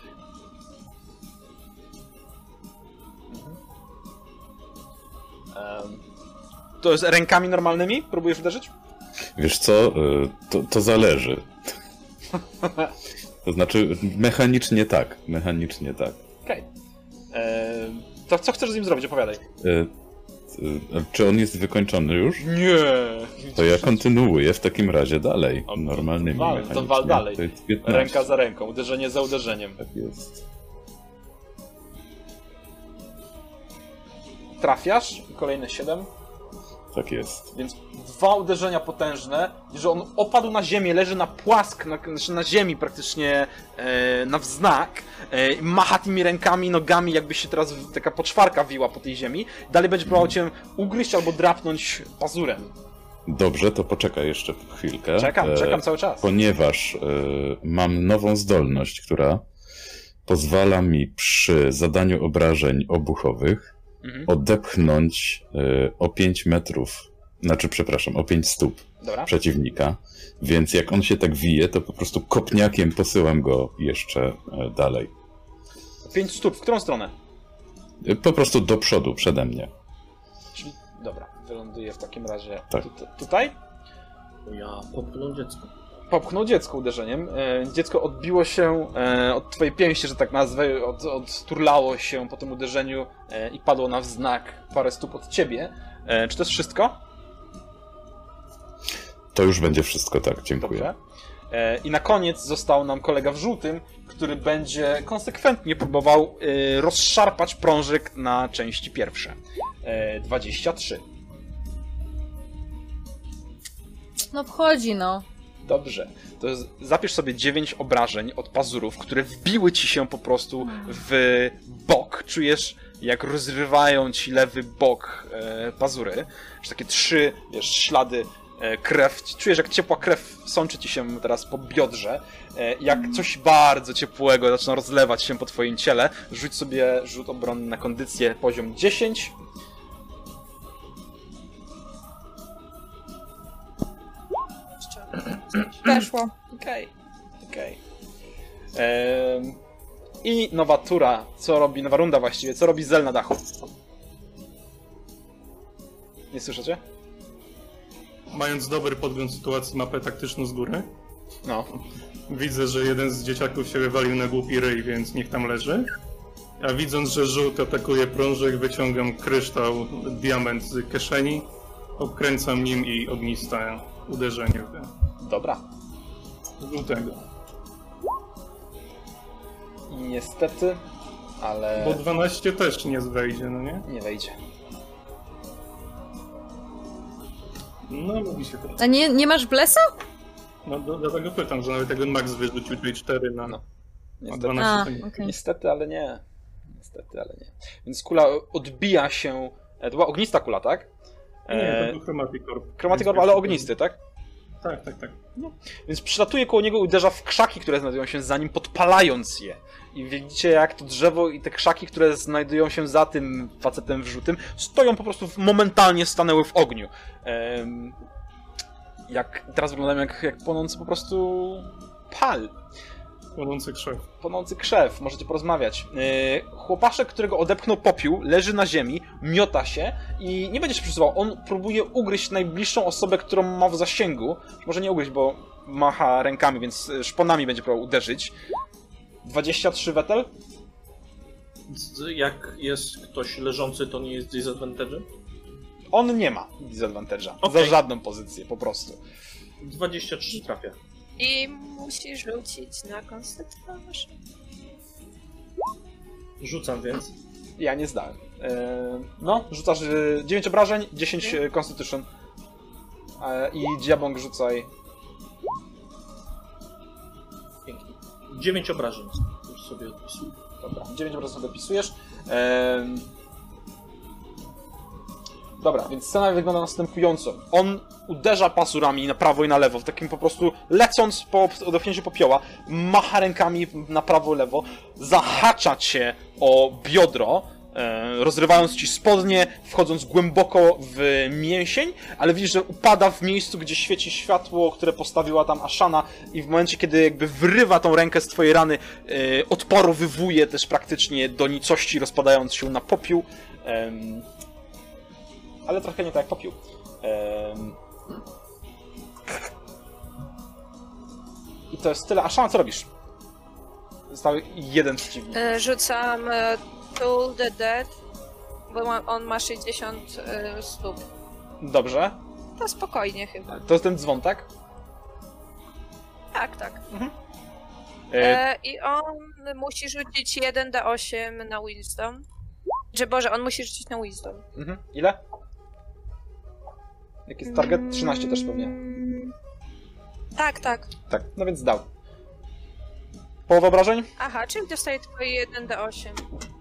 Um, to jest rękami normalnymi? Próbujesz uderzyć? Wiesz co, to, to zależy. To znaczy, mechanicznie tak, mechanicznie tak. Okej. Okay. To co chcesz z nim zrobić? Opowiadaj. E, e, czy on jest wykończony już? Nie. To ja kontynuuję w takim razie dalej, O, normalnymi wal, mechanicznie. to wal dalej. To jest piętnaście. Ręka za ręką, uderzenie za uderzeniem. Tak jest. Trafiasz i kolejne siedem. Tak jest. Więc dwa uderzenia potężne, że on opadł na ziemię, leży na płask, na, znaczy na ziemi praktycznie e, na wznak, e, macha tymi rękami, nogami, jakby się teraz taka poczwarka wiła po tej ziemi. Dalej będzie próbował cię ugryźć albo drapnąć pazurem. Dobrze, to poczekaj jeszcze chwilkę. Czekam, czekam cały czas. Ponieważ e, mam nową zdolność, która pozwala mi przy zadaniu obrażeń obuchowych Mhm. odepchnąć y, o pięć metrów, znaczy przepraszam, o pięć stóp Dobra. przeciwnika, więc jak on się tak wije, to po prostu kopniakiem posyłam go jeszcze y, dalej. pięć stóp, w którą stronę? Y, po prostu do przodu, przede mnie. Czyli, dobra, wyląduję w takim razie tak. tu, tutaj. Ja popchnął dziecko. Popchnął dziecko uderzeniem. E, dziecko odbiło się e, od twojej pięści, że tak nazwę, od, odturlało się po tym uderzeniu e, i padło na wznak parę stóp od ciebie. E, czy to jest wszystko? To już będzie wszystko, tak, dziękuję. Dobrze. E, I na koniec został nam kolega w żółtym, który będzie konsekwentnie próbował e, rozszarpać prążek na części pierwsze. E, dwadzieścia trzy. No wchodzi, no. Dobrze. To jest, zapisz sobie dziewięć obrażeń od pazurów, które wbiły ci się po prostu w bok. Czujesz, jak rozrywają ci lewy bok e, pazury. Że takie trzy, wiesz, ślady e, krew. Czujesz, jak ciepła krew sączy ci się teraz po biodrze. E, jak coś bardzo ciepłego zaczyna rozlewać się po twoim ciele. Rzuć sobie rzut obronny na kondycję poziom dziesięć. Weszło. Okej, okay. okej. Okay. Ehm, I nowa tura, co robi, nowa runda właściwie, co robi Zel na dachu? Nie słyszycie? Mając dobry podgląd sytuacji, mapę taktyczną z góry, No. widzę, że jeden z dzieciaków się wywalił na głupi ryj, więc niech tam leży. A widząc, że żółty atakuje prążek, wyciągam kryształ, diament z kieszeni, obkręcam nim i ogniste uderzenie w Dobra. żółtego. Niestety, ale Bo dwanaście też nie wejdzie, no nie? nie wejdzie. No, mówi się to. A nie, nie masz blesa? No, do, dlatego pytam, że nawet jak on Max wyrzucił tutaj cztery na, No. na Niestety, dwanaście, A, to nie. okej. niestety, ale nie. Niestety, ale nie. Więc kula odbija się... e, To była ognista kula, tak? Nie, E, to był Chromatic Orb. Chromatic Orb, ale ognisty, tak? Tak, tak, tak. Więc przylatuje koło niego i uderza w krzaki, które znajdują się za nim, podpalając je. I widzicie, jak to drzewo i te krzaki, które znajdują się za tym facetem w żółtym, stoją po prostu, w, momentalnie stanęły w ogniu. Ehm, jak teraz wyglądają jak, jak płonący po prostu pal. Płonący krzew. Płonący krzew, możecie porozmawiać. Yy, chłopaszek, którego odepchnął popiół, leży na ziemi, miota się i nie będzie się przesuwał. On próbuje ugryźć najbliższą osobę, którą ma w zasięgu. Może nie ugryźć, bo macha rękami, więc szponami będzie próbował uderzyć. dwadzieścia trzy Wetel? Jak jest ktoś leżący, to nie jest disadvantage? On nie ma disadvantage'a. Okay. Za żadną pozycję, po prostu. dwadzieścia trzy trafia. I musisz rzucić na konstytucję. Rzucam więc. Ja nie zdałem. Eee, no, rzucasz e, dziewięć obrażeń, dziesięć e, Constitution. E, I Diabong rzucaj. Pięknie. dziewięć obrażeń. Już sobie odpisuję. Dobra, dziewięć obrażeń sobie dopisujesz. Eee, dobra, więc scena wygląda następująco. On uderza pasurami na prawo i na lewo, w takim po prostu lecąc po odepchnięciu popioła, macha rękami na prawo i lewo, zahacza cię o biodro, e, rozrywając ci spodnie, wchodząc głęboko w mięsień, ale widzisz, że upada w miejscu, gdzie świeci światło, które postawiła tam Ashana, i w momencie, kiedy jakby wyrywa tą rękę z twojej rany, e, odparowywuje też praktycznie do nicości, rozpadając się na popiół. E, ale trochę nie tak jak popiół. Um... I to jest tyle. Ashana, co robisz? Został jeden przeciwnik. E, Rzucam e, Tool the Dead, bo ma, on ma sześćdziesiąt e, stóp. Dobrze. To spokojnie chyba. To jest ten dzwon, tak? Tak, tak. Mhm. E... E, I on musi rzucić jeden d osiem na Wisdom. Że Boże, on musi rzucić na Wisdom. Mhm. Ile? Jaki jest target? trzynaście też pewnie. Mm, Tak, tak. Tak, no więc dał. Połowa obrażeń? Aha, czyli dostaje tylko jeden d osiem.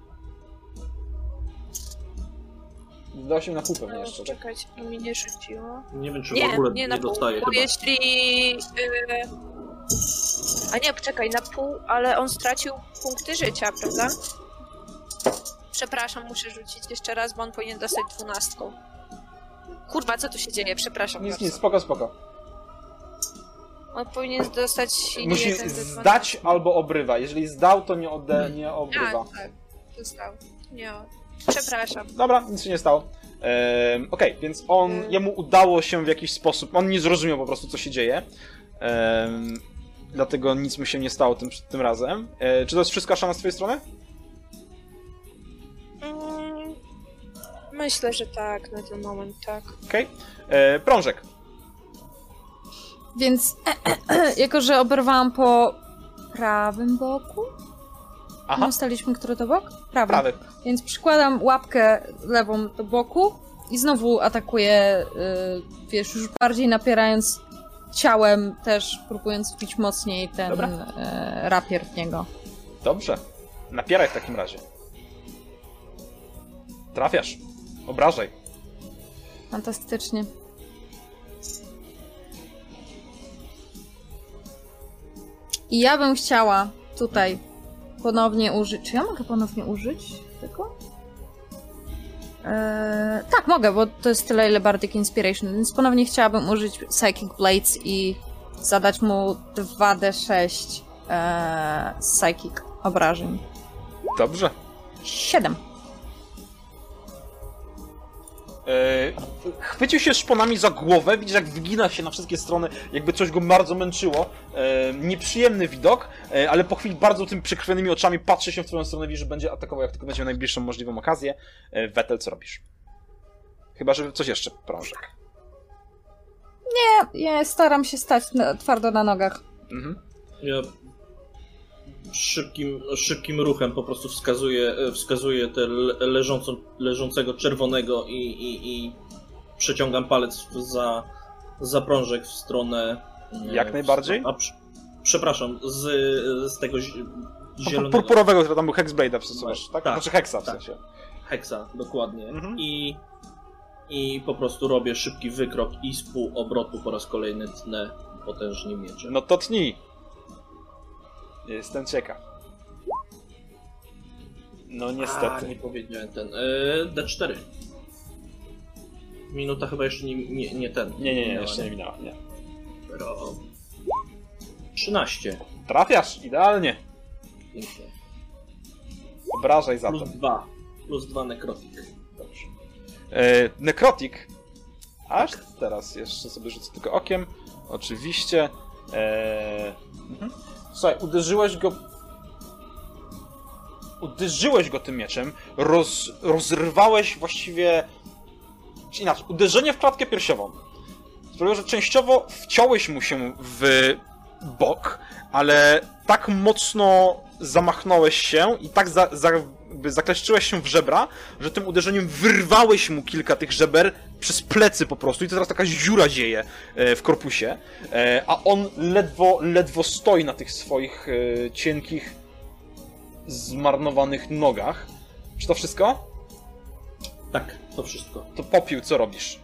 D osiem na pół pewnie jeszcze, tak? Czekać, to mi nie rzuciło. Nie wiem, czy Nie, w ogóle nie nie, na pół, dostaje bo chyba. jeśli... Yy... A nie, poczekaj, na pół, ale on stracił punkty życia, prawda? Przepraszam, muszę rzucić jeszcze raz, bo on powinien dostać dwunastką. Kurwa, co tu się dzieje? Przepraszam Nic, bardzo. nic, spoko, spoko. On powinien dostać Musi jeden d dwanaście. zdać albo obrywa. Jeżeli zdał, to nie, ode, nie obrywa. A, tak, dostał. Nie, przepraszam. Dobra, nic się nie stało. Ehm, Okej, okay, więc on, Mm. jemu udało się w jakiś sposób, on nie zrozumiał po prostu, co się dzieje. Ehm, dlatego nic mu się nie stało tym, tym razem. E, czy to jest wszystko, Ashana, z twojej strony? Mm, myślę, że tak, na ten moment tak. Okej. Okay. Prążek. Więc jako, że oberwałam po prawym boku, Aha, ustaliliśmy, który to bok? Prawy. prawy. Więc przykładam łapkę lewą do boku i znowu atakuję, yy, wiesz, już bardziej napierając ciałem, też próbując wbić mocniej ten Dobra. yy, rapier w niego. Dobrze. Napieraj w takim razie. Trafiasz. Obrażaj. Fantastycznie. I ja bym chciała tutaj ponownie użyć... Czy ja mogę ponownie użyć tego? Eee, tak, mogę, bo to jest tyle, ile Bardic Inspiration, więc ponownie chciałabym użyć Psychic Blades i zadać mu dwa d sześć eee, Psychic obrażeń. Dobrze. siedem. Eee, chwycił się szponami za głowę, widzisz, jak wygina się na wszystkie strony, jakby coś go bardzo męczyło. Eee, nieprzyjemny widok, eee, ale po chwili bardzo tym przykrwionymi oczami patrzy się w twoją stronę, widzi, że będzie atakował, jak tylko będzie najbliższą możliwą okazję. Eee, Wetel, co robisz? Chyba, że coś jeszcze, Prążek. Nie, ja staram się stać na, twardo na nogach. Mhm. Ja szybkim, szybkim ruchem po prostu wskazuję, wskazuję te leżącą, leżącego czerwonego i, i, i przeciągam palec za, za prążek w stronę... Jak w najbardziej? Stronę, a, pr- przepraszam, z, z tego zi- zielonego... Purpurowego, który tam był Hexblade'a przesuwasz, tak? Tak, Znaczy Hexa w tak. sensie. Hexa, dokładnie. Mhm. I, I po prostu robię szybki wykrok i z pół obrotu po raz kolejny tnę potężnie mieczem. No to tnij. Jestem ciekaw. No niestety. A, nie powiedziałem ten. Yy, D cztery. Minuta chyba jeszcze nie, nie, nie ten. Nie, nie, nie, minęła, jeszcze nie minęła, nie. Ro- trzynaście. Trafiasz, idealnie. Pięknie. Obrażaj Plus zatem. dwa. Plus dwa nekrotik. Dobrze. E, Nekrotik. Aż teraz jeszcze sobie rzucę tylko okiem. Oczywiście. E, mhm. Słuchaj, uderzyłeś go... Uderzyłeś go tym mieczem, roz, rozrywałeś właściwie Czy inaczej, uderzenie w klatkę piersiową sprawiło, że częściowo wciąłeś mu się w bok, ale tak mocno zamachnąłeś się i tak za, za, zakleszczyłeś się w żebra, że tym uderzeniem wyrwałeś mu kilka tych żeber przez plecy po prostu i to teraz taka dziura dzieje w korpusie, a on ledwo, ledwo stoi na tych swoich cienkich, zmarnowanych nogach. Czy to wszystko? Tak, to wszystko. To Popiół, co robisz?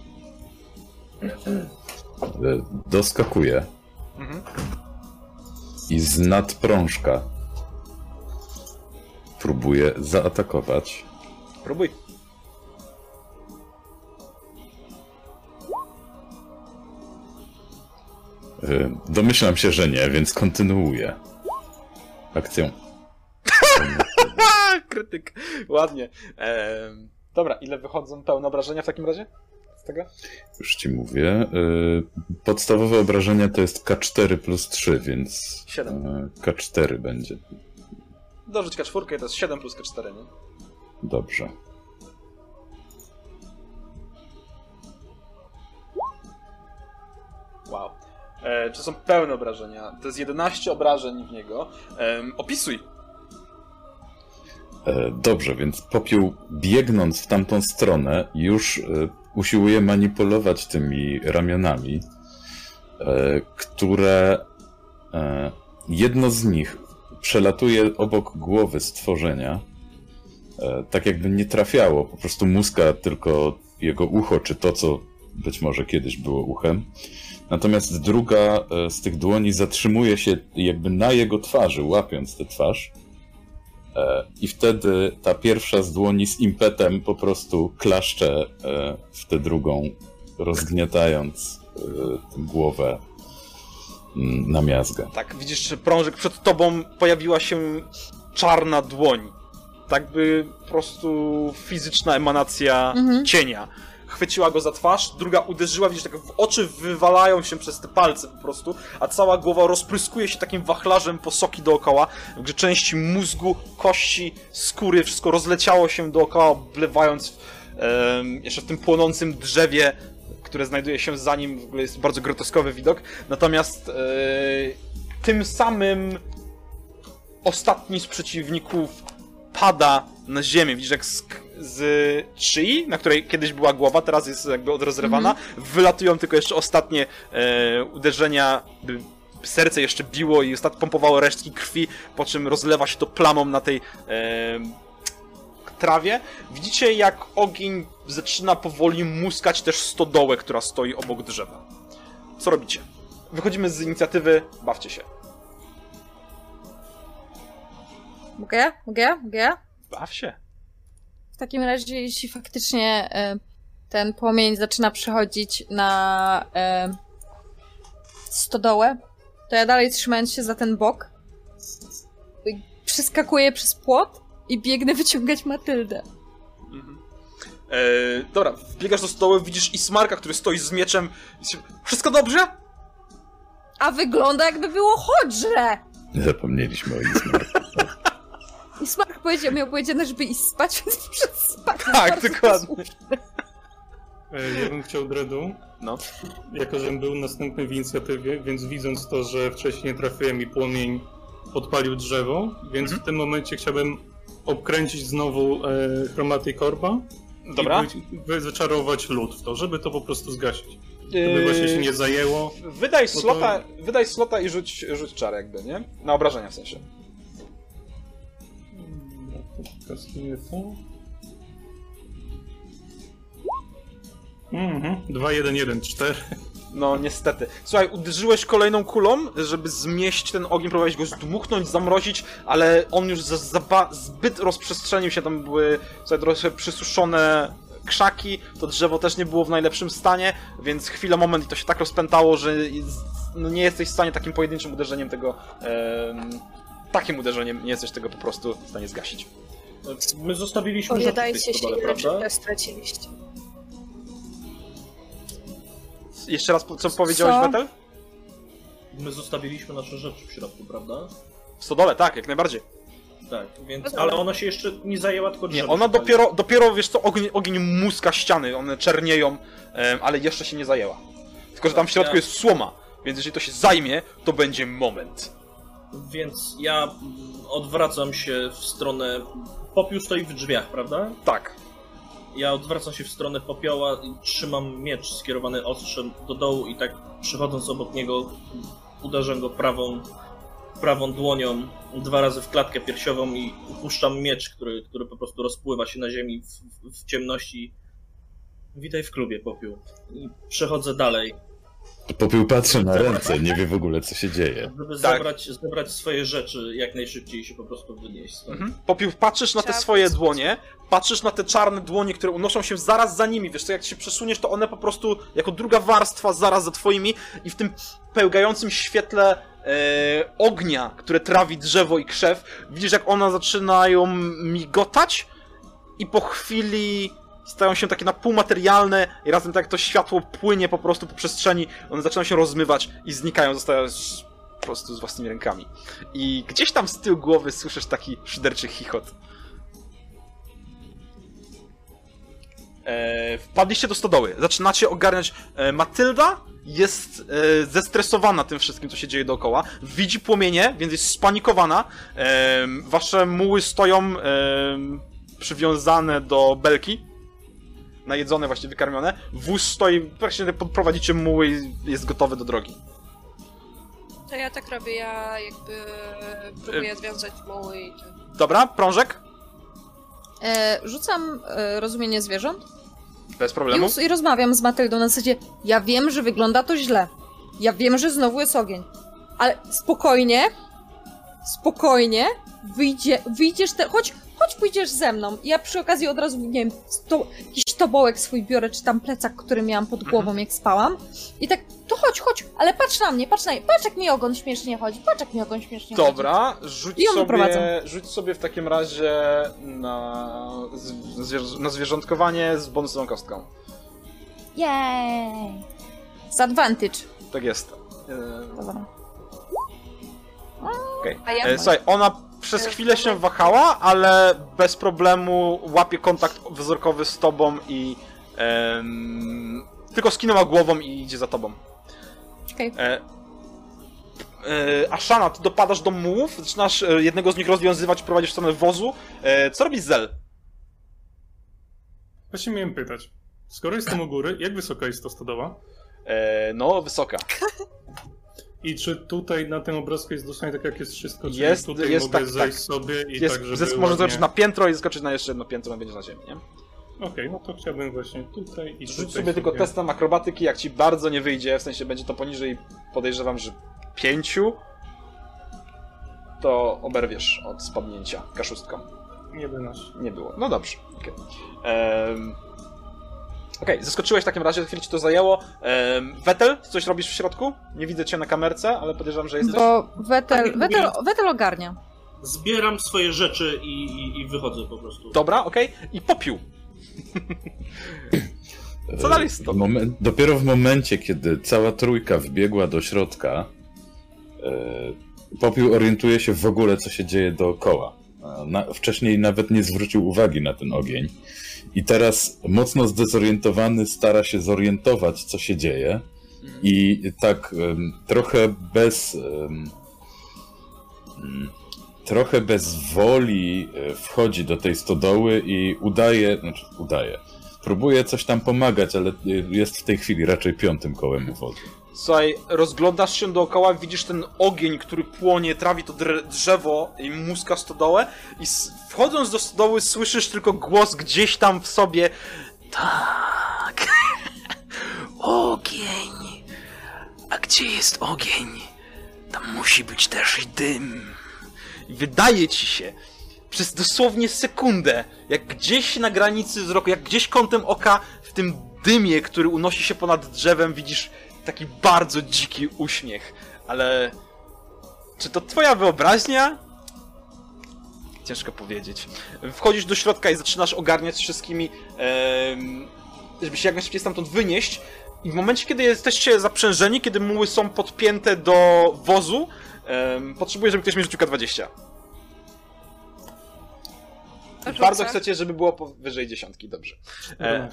Doskakuje. Mhm. I z nadprążka próbuje zaatakować. Próbuj. Domyślam się, że nie, więc kontynuuję akcją. Krytyk. Ładnie. Ehm, dobra, ile wychodzą pełne obrażenia w takim razie? Z tego? Już ci mówię. Podstawowe obrażenia to jest K cztery plus trzy, więc siedem. K cztery będzie. Dorzuć K cztery, to jest siedem plus K cztery, nie? Dobrze. Wow. E, czy są pełne obrażenia? To jest jedenaście obrażeń w niego. E, opisuj. E, dobrze, więc Popiół, biegnąc w tamtą stronę, już e, usiłuje manipulować tymi ramionami, e, które e, jedno z nich przelatuje obok głowy stworzenia, e, tak jakby nie trafiało, po prostu muska tylko jego ucho, czy to, co być może kiedyś było uchem. Natomiast druga z tych dłoni zatrzymuje się jakby na jego twarzy, łapiąc tę twarz. I wtedy ta pierwsza z dłoni z impetem po prostu klaszcze w tę drugą, rozgniatając tę głowę na miazgę. Tak, widzisz, Prążek, przed tobą pojawiła się czarna dłoń. Tak by po prostu fizyczna emanacja mhm. cienia. Chwyciła go za twarz, druga uderzyła, widzisz, tak w oczy wywalają się przez te palce po prostu, a cała głowa rozpryskuje się takim wachlarzem posoki dookoła, gdzie części mózgu, kości, skóry, wszystko rozleciało się dookoła, oblewając w, e, jeszcze w tym płonącym drzewie, które znajduje się za nim, w ogóle jest bardzo groteskowy widok. Natomiast e, tym samym ostatni z przeciwników pada na ziemię. Widzisz, jak z, z szyi, na której kiedyś była głowa, teraz jest jakby odrozrywana, mm-hmm. wylatują tylko jeszcze ostatnie e, uderzenia, by serce jeszcze biło i ostatnio pompowało resztki krwi, po czym rozlewa się to plamą na tej e, trawie. Widzicie, jak ogień zaczyna powoli muskać też stodołę, która stoi obok drzewa. Co robicie? Wychodzimy z inicjatywy, bawcie się. Mogę ja? Mogę ja? Mogę ja? Baw się. W takim razie, jeśli faktycznie e, ten płomień zaczyna przechodzić na e, stodołę, to ja dalej, trzymając się za ten bok, przeskakuję przez płot i biegnę wyciągać Matyldę. Mhm. E, dobra, wbiegasz do stodoły, widzisz Ismarka, który stoi z mieczem. Wszystko dobrze? A wygląda, jakby było chodźże! Zapomnieliśmy o Ismarku. Ismark powiedział, miał powiedziane, żeby iść spać, więc przed spać. Tak, dokładnie. Ja bym chciał Dredu, no. jako że był następny w inicjatywie, więc widząc to, że wcześniej nie trafiłem i płomień podpalił drzewo, więc mhm. w tym momencie chciałbym obkręcić znowu e, Chromatic Orba. Dobra. I wy, zaczarować lód w to, żeby to po prostu zgasić. Żeby yy... właśnie się nie zajęło. Wydaj slota, to... wydaj slota i rzuć, rzuć czar jakby, nie? Na obrażenia w sensie. Kastuję to. Mhm. dwa, jeden, jeden, cztery. No niestety. Słuchaj, uderzyłeś kolejną kulą, żeby zmieść ten ogień, próbowałeś go zdmuchnąć, zamrozić, ale on już za, za, zbyt rozprzestrzenił się, tam były słuchaj, trochę przysuszone krzaki, to drzewo też nie było w najlepszym stanie, więc chwilę, moment i to się tak rozpętało, że no, nie jesteś w stanie takim pojedynczym uderzeniem tego... Em, takim uderzeniem nie jesteś tego po prostu w stanie zgasić. My zostawiliśmy rzeczy w tej stodole, prawda? Straciliście. Jeszcze raz, co powiedziałeś, Wetel? My zostawiliśmy nasze rzeczy w środku, prawda? W stodole, tak, jak najbardziej. tak, więc, ale ona się jeszcze nie zajęła, tylko drzewo. Nie, ona się pali. dopiero, dopiero, wiesz co, ogień, ogień muska ściany, one czernieją, em, ale jeszcze się nie zajęła. Tylko, że tam w środku Ja- jest słoma, więc jeżeli to się zajmie, to będzie moment. Więc ja mm, odwracam się w stronę... Popiół stoi w drzwiach, prawda? Tak. Ja odwracam się w stronę popioła i trzymam miecz skierowany ostrzem do dołu i tak przychodząc obok niego uderzam go prawą, prawą dłonią dwa razy w klatkę piersiową i upuszczam miecz, który, który po prostu rozpływa się na ziemi w, w, w ciemności. Witaj w klubie, Popiół. I przechodzę dalej, Popiół patrzy na ręce, nie wie w ogóle, co się dzieje. żeby Tak. zebrać, zebrać swoje rzeczy jak najszybciej i się po prostu wynieść stąd. Mhm. Popiół, patrzysz na te Chciałabym swoje spać. dłonie, patrzysz na te czarne dłonie, które unoszą się zaraz za nimi, wiesz co, jak się przesuniesz, to one po prostu jako druga warstwa zaraz za twoimi i w tym pełgającym świetle e, ognia, które trawi drzewo i krzew, widzisz jak one zaczynają migotać i po chwili stają się takie na pół materialne i razem tak jak to światło płynie po prostu po przestrzeni, one zaczynają się rozmywać i znikają, zostają po prostu z własnymi rękami. I gdzieś tam z tyłu głowy słyszysz taki szyderczy chichot. E, wpadliście do stodoły. Zaczynacie ogarniać. E, Matylda jest e, zestresowana tym wszystkim, co się dzieje dookoła. Widzi płomienie, więc jest spanikowana. E, wasze muły stoją e, przywiązane do belki. Najedzone, właśnie wykarmione. Wóz stoi, praktycznie podprowadzicie muły i jest gotowy do drogi. To ja tak robię, ja jakby próbuję związać muły i tak. Dobra, prążek? E, rzucam e, rozumienie zwierząt Bez i, problemu. us- i rozmawiam z Matyldą na zasadzie, ja wiem, że wygląda to źle. Ja wiem, że znowu jest ogień. Ale spokojnie, spokojnie, wyjdzie, wyjdziesz te, chodź, chodź pójdziesz ze mną. I ja przy okazji od razu, nie wiem, sto, jakiś tobołek swój biorę, czy tam plecak, który miałam pod głową, jak spałam. I tak, to chodź, chodź, ale patrz na mnie, patrz na mnie, patrz jak mi ogon śmiesznie chodzi, patrz jak mi ogon śmiesznie chodzi. Dobra, rzuć I ją wyprowadzą. sobie, rzuć sobie w takim razie na, zwierz- na zwierzątkowanie z bonusową kostką. Jej! Z advantage. Tak jest. E, Dobra. Okej. A ja E, Słuchaj, ona przez chwilę się wahała, ale bez problemu łapie kontakt wzrokowy z tobą i em, tylko skinęła głową i idzie za tobą. Okej. E, e, Ashana, ty dopadasz do mułów, zaczynasz e, jednego z nich rozwiązywać, prowadzisz w stronę wozu. E, co robi Zel? Właśnie miałem pytać. Skoro jestem u góry, jak wysoka jest to stodoła? E, no, wysoka. I czy tutaj na tym obrazku jest dosłownie tak jak jest wszystko? Czy Jest- tutaj jest mogę tak, zejść tak. sobie i Jest, tak, żeby zes- ładnie... Można zobaczyć na piętro i zaskoczyć na jeszcze jedno piętro, będziesz na ziemi, nie? Okej, no to chciałbym właśnie tutaj i Rzuć tutaj sobie tylko testem akrobatyki, jak ci bardzo nie wyjdzie, w sensie będzie to poniżej, podejrzewam, że pięciu, to oberwiesz od spadnięcia kaszustką. jedenaście. Nie było. No dobrze. Okej, Em, Okej, zaskoczyłeś w takim razie, chwilę ci to zajęło. Um, Wetel, coś robisz w środku? Nie widzę cię na kamerce, ale podejrzewam, że jesteś. Bo Wetel, Wetel, Wetel ogarnia. Zbieram swoje rzeczy i, i, i wychodzę po prostu. Dobra, okej. I popiół. Co dalej z W tobą? momen- dopiero w momencie, kiedy cała trójka wbiegła do środka, e, Popiół orientuje się w ogóle, co się dzieje dookoła. E, Na, wcześniej nawet nie zwrócił uwagi na ten ogień. I teraz mocno zdezorientowany stara się zorientować, co się dzieje. I tak em, trochę bez... em, mm, trochę bez woli e, wchodzi do tej stodoły i udaje... Znaczy, udaje. Próbuje coś tam pomagać, ale jest w tej chwili raczej piątym kołem wozu. Słuchaj, rozglądasz się dookoła, widzisz ten ogień, który płonie, trawi to dr- drzewo i muska stodołę i s- wchodząc do stodoły słyszysz tylko głos gdzieś tam w sobie. Tak, ogień. A gdzie jest ogień? Tam musi być też i dym. I wydaje ci się, przez dosłownie sekundę, jak gdzieś na granicy wzroku, jak gdzieś kątem oka w tym dymie, który unosi się ponad drzewem, widzisz taki bardzo dziki uśmiech, ale czy to twoja wyobraźnia? Ciężko powiedzieć. Wchodzisz do środka i zaczynasz ogarniać wszystkimi, em, żeby się jak najszybciej stamtąd wynieść i w momencie, kiedy jesteście zaprzężeni, kiedy muły są podpięte do wozu, em, potrzebuję, żeby ktoś mi rzucił K dwadzieścia. Rzucę. Bardzo chcecie, żeby było powyżej dziesiątki, dobrze. E,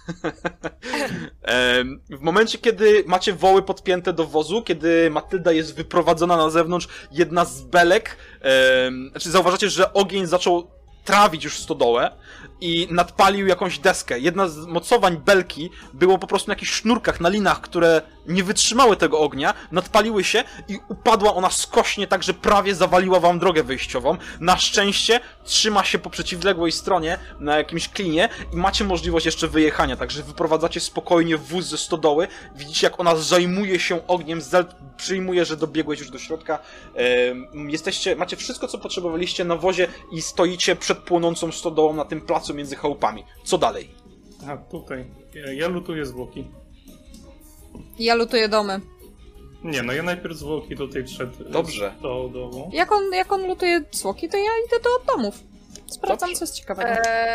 e, w momencie, kiedy macie woły podpięte do wozu, kiedy Matylda jest wyprowadzona na zewnątrz, jedna z belek, e, znaczy zauważacie, że ogień zaczął trawić już stodołę i nadpalił jakąś deskę. Jedna z mocowań belki było po prostu na jakichś sznurkach, na linach, które nie wytrzymały tego ognia, nadpaliły się i upadła ona skośnie, tak że prawie zawaliła wam drogę wyjściową. Na szczęście trzyma się po przeciwległej stronie na jakimś klinie i macie możliwość jeszcze wyjechania, także wyprowadzacie spokojnie wóz ze stodoły. Widzicie, jak ona zajmuje się ogniem, Zelt przyjmuje, że dobiegłeś już do środka. Jesteście, macie wszystko, co potrzebowaliście na wozie i stoicie przed płonącą stodołą na tym placu między chałupami. Co dalej? A tutaj. Ja, ja lutuję zwłoki. Ja lutuję domy. Nie, no ja najpierw zwłoki tutaj wszedł. Dobrze. Do domu. Jak on, jak on lutuje zwłoki, to ja idę do domów. Sprawdzam, Dobrze. co jest ciekawego. Eee,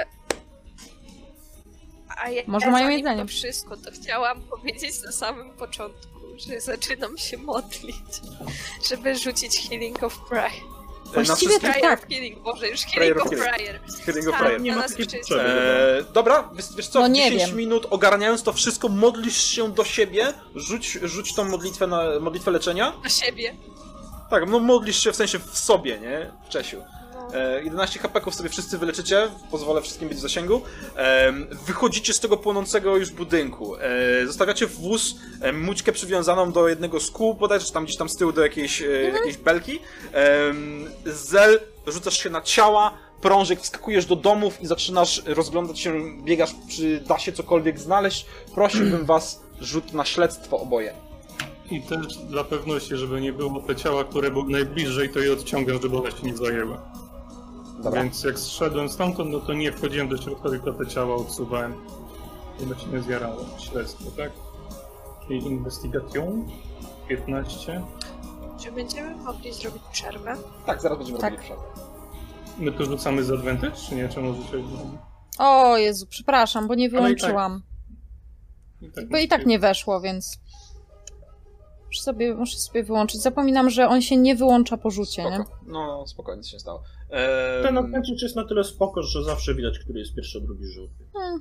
a ja, Może mają zanim jedzenie. To wszystko, to chciałam powiedzieć na samym początku, że zaczynam się modlić, żeby rzucić Healing of Prayer. Właściwie na to Prayer tak. of Healing, Boże, już Prayer Healing of of Healing. Prayer. Healing of Tak, Prayer. Nie na ma nas takiej wszystkich. potrzeby. Eee, dobra, wiesz, wiesz co, No w nie dziesięć wiem. minut ogarniając to wszystko, modlisz się do siebie, rzuć, rzuć tą modlitwę na modlitwę leczenia. Do siebie. Tak, no modlisz się w sensie w sobie, nie? W Czesiu. No. E, jedenaście hapeków sobie wszyscy wyleczycie, pozwolę wszystkim być w zasięgu. E, wychodzicie z tego płonącego już budynku. E, zostawiacie wóz, e, mućkę przywiązaną do jednego z kół, bodajże, czy tam gdzieś tam z tyłu do jakiejś, e, jakiejś belki. E, Zel, rzucasz się na ciała, Prążek, wskakujesz do domów i zaczynasz rozglądać się, biegasz, czy da się cokolwiek znaleźć. Prosiłbym was, rzut na śledztwo oboje. I też dla pewności, żeby nie było te ciała, które były najbliżej, to je odciągam, żeby one się nie zajęły. Dobra. Więc jak zszedłem stamtąd, no to nie wchodziłem do środka, tylko te ciała odsuwałem. Żeby się nie zjarało. Śledztwo, tak? Czyli investigation. piętnaście. Czy będziemy mogli zrobić przerwę? Tak, zaraz będziemy Tak. robili przerwę. My to rzucamy z advantage, czy nie? Czy może się... O Jezu, przepraszam, bo nie Ale i tak- wyłączyłam. I tak, Bo i tak nie weszło, więc... Muszę sobie, muszę sobie wyłączyć. Zapominam, że on się nie wyłącza po rzucie, nie? Spoko. No, spokojnie, nic się nie stało. Ehm, Ten advantage jest na tyle spoko, że zawsze widać, który jest pierwszy, a drugi rzut. Hmm.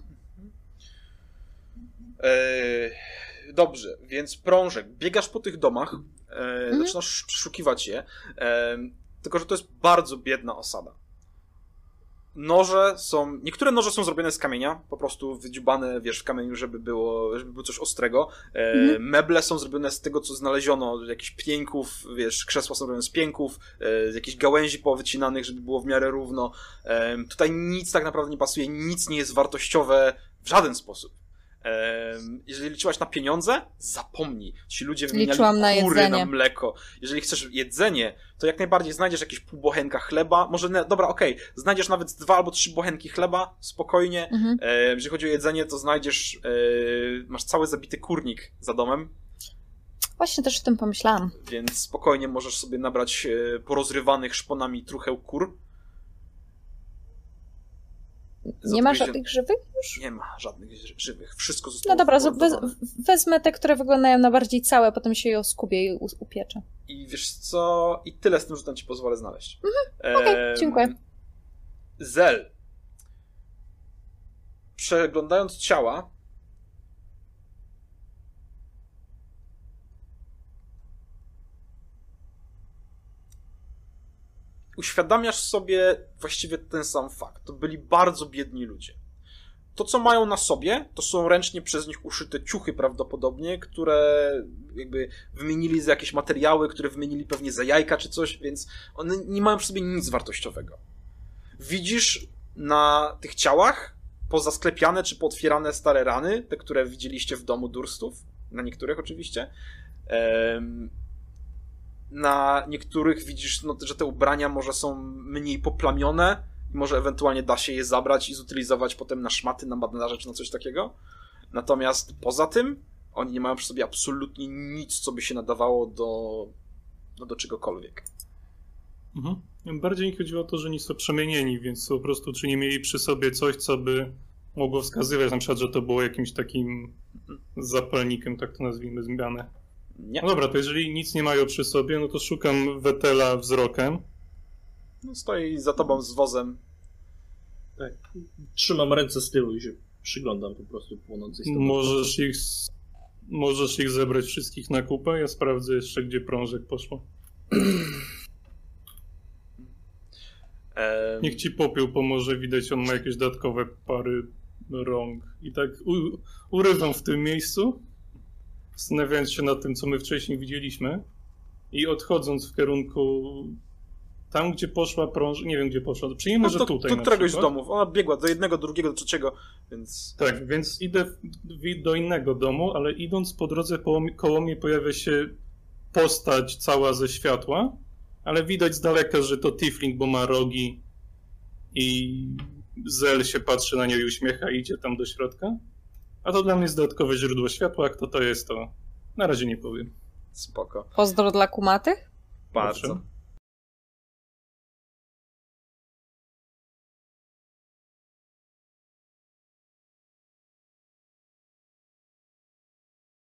Eee, dobrze, więc Prążek, biegasz po tych domach, e, Mhm. zaczynasz przeszukiwać je, e, tylko że to jest bardzo biedna osada. Noże są, niektóre noże są zrobione z kamienia, po prostu wydziubane, wiesz, w kamieniu, żeby było, żeby było coś ostrego. E, Mhm. Meble są zrobione z tego, co znaleziono, jakichś pięków, wiesz, krzesła są robione z pięków, e, z jakichś gałęzi powycinanych, żeby było w miarę równo. E, tutaj nic tak naprawdę nie pasuje, nic nie jest wartościowe w żaden sposób. Em, Jeżeli liczyłaś na pieniądze, zapomnij. Ci ludzie wymieniali Liczyłam na kury jedzenie. na mleko. Jeżeli chcesz jedzenie, to jak najbardziej znajdziesz jakieś pół bochenka chleba. Może, ne, dobra, okej, znajdziesz nawet dwa albo trzy bochenki chleba, spokojnie. Mhm. E, jeżeli chodzi o jedzenie, to znajdziesz, e, masz cały zabity kurnik za domem, Właśnie też o tym pomyślałam. więc spokojnie możesz sobie nabrać e, porozrywanych szponami trucheł kur. Nie ma Zatruździe- żadnych żywych? Nie ma żadnych ży- żywych. Wszystko zostało No dobra, zo- wez, wymordowane. wezmę te, które wyglądają na bardziej całe, potem się je oskubię i u- upieczę. I wiesz co? I tyle z tym rzutem ci pozwolę znaleźć. okej, Em, dziękuję. Zel. Przeglądając ciała, uświadamiasz sobie właściwie ten sam fakt. To byli bardzo biedni ludzie. To, co mają na sobie, to są ręcznie przez nich uszyte ciuchy prawdopodobnie, które jakby wymienili za jakieś materiały, które wymienili pewnie za jajka czy coś, więc one nie mają przy sobie nic wartościowego. Widzisz na tych ciałach pozasklepiane czy pootwierane stare rany, te, które widzieliście w domu Durstów, na niektórych oczywiście. Em, Na niektórych widzisz, no, że te ubrania może są mniej poplamione, może ewentualnie da się je zabrać i zutylizować potem na szmaty, na bandaże czy na coś takiego. Natomiast poza tym oni nie mają przy sobie absolutnie nic, co by się nadawało do, no, do czegokolwiek. Mhm. Bardziej mi chodziło o to, że nie są przemienieni, więc po prostu czy nie mieli przy sobie coś, co by mogło wskazywać na przykład, że to było jakimś takim zapalnikiem, tak to nazwijmy, zmiany. Nie. No dobra, to jeżeli nic nie mają przy sobie, no to szukam Wetela wzrokiem. No, stoi za tobą z wozem. Tak. Trzymam ręce z tyłu i się przyglądam po prostu płonącej stopy. Możesz ich, s- możesz ich zebrać wszystkich na kupę? Ja sprawdzę jeszcze, gdzie prążek poszło. Em, Niech ci popiół pomoże, widać, on ma jakieś dodatkowe pary rąk. I tak u- urywam w tym miejscu, zastanawiając się nad tym, co my wcześniej widzieliśmy i odchodząc w kierunku tam, gdzie poszła prąż... Nie wiem, gdzie poszła. Przyjmijmy, no że do, tutaj do na któregoś z przykład. domów. Ona biegła do jednego, drugiego, do trzeciego, więc... Tak, więc idę w- w- do innego domu, ale idąc po drodze koło, mi- koło mnie pojawia się postać cała ze światła, ale widać z daleka, że to Tiefling, bo ma rogi i Zel się patrzy na nią i uśmiecha i idzie tam do środka. A to dla mnie jest dodatkowe źródło światła, kto to jest, to na razie nie powiem. Spoko. Pozdro dla kumatych? Bardzo. Proszę.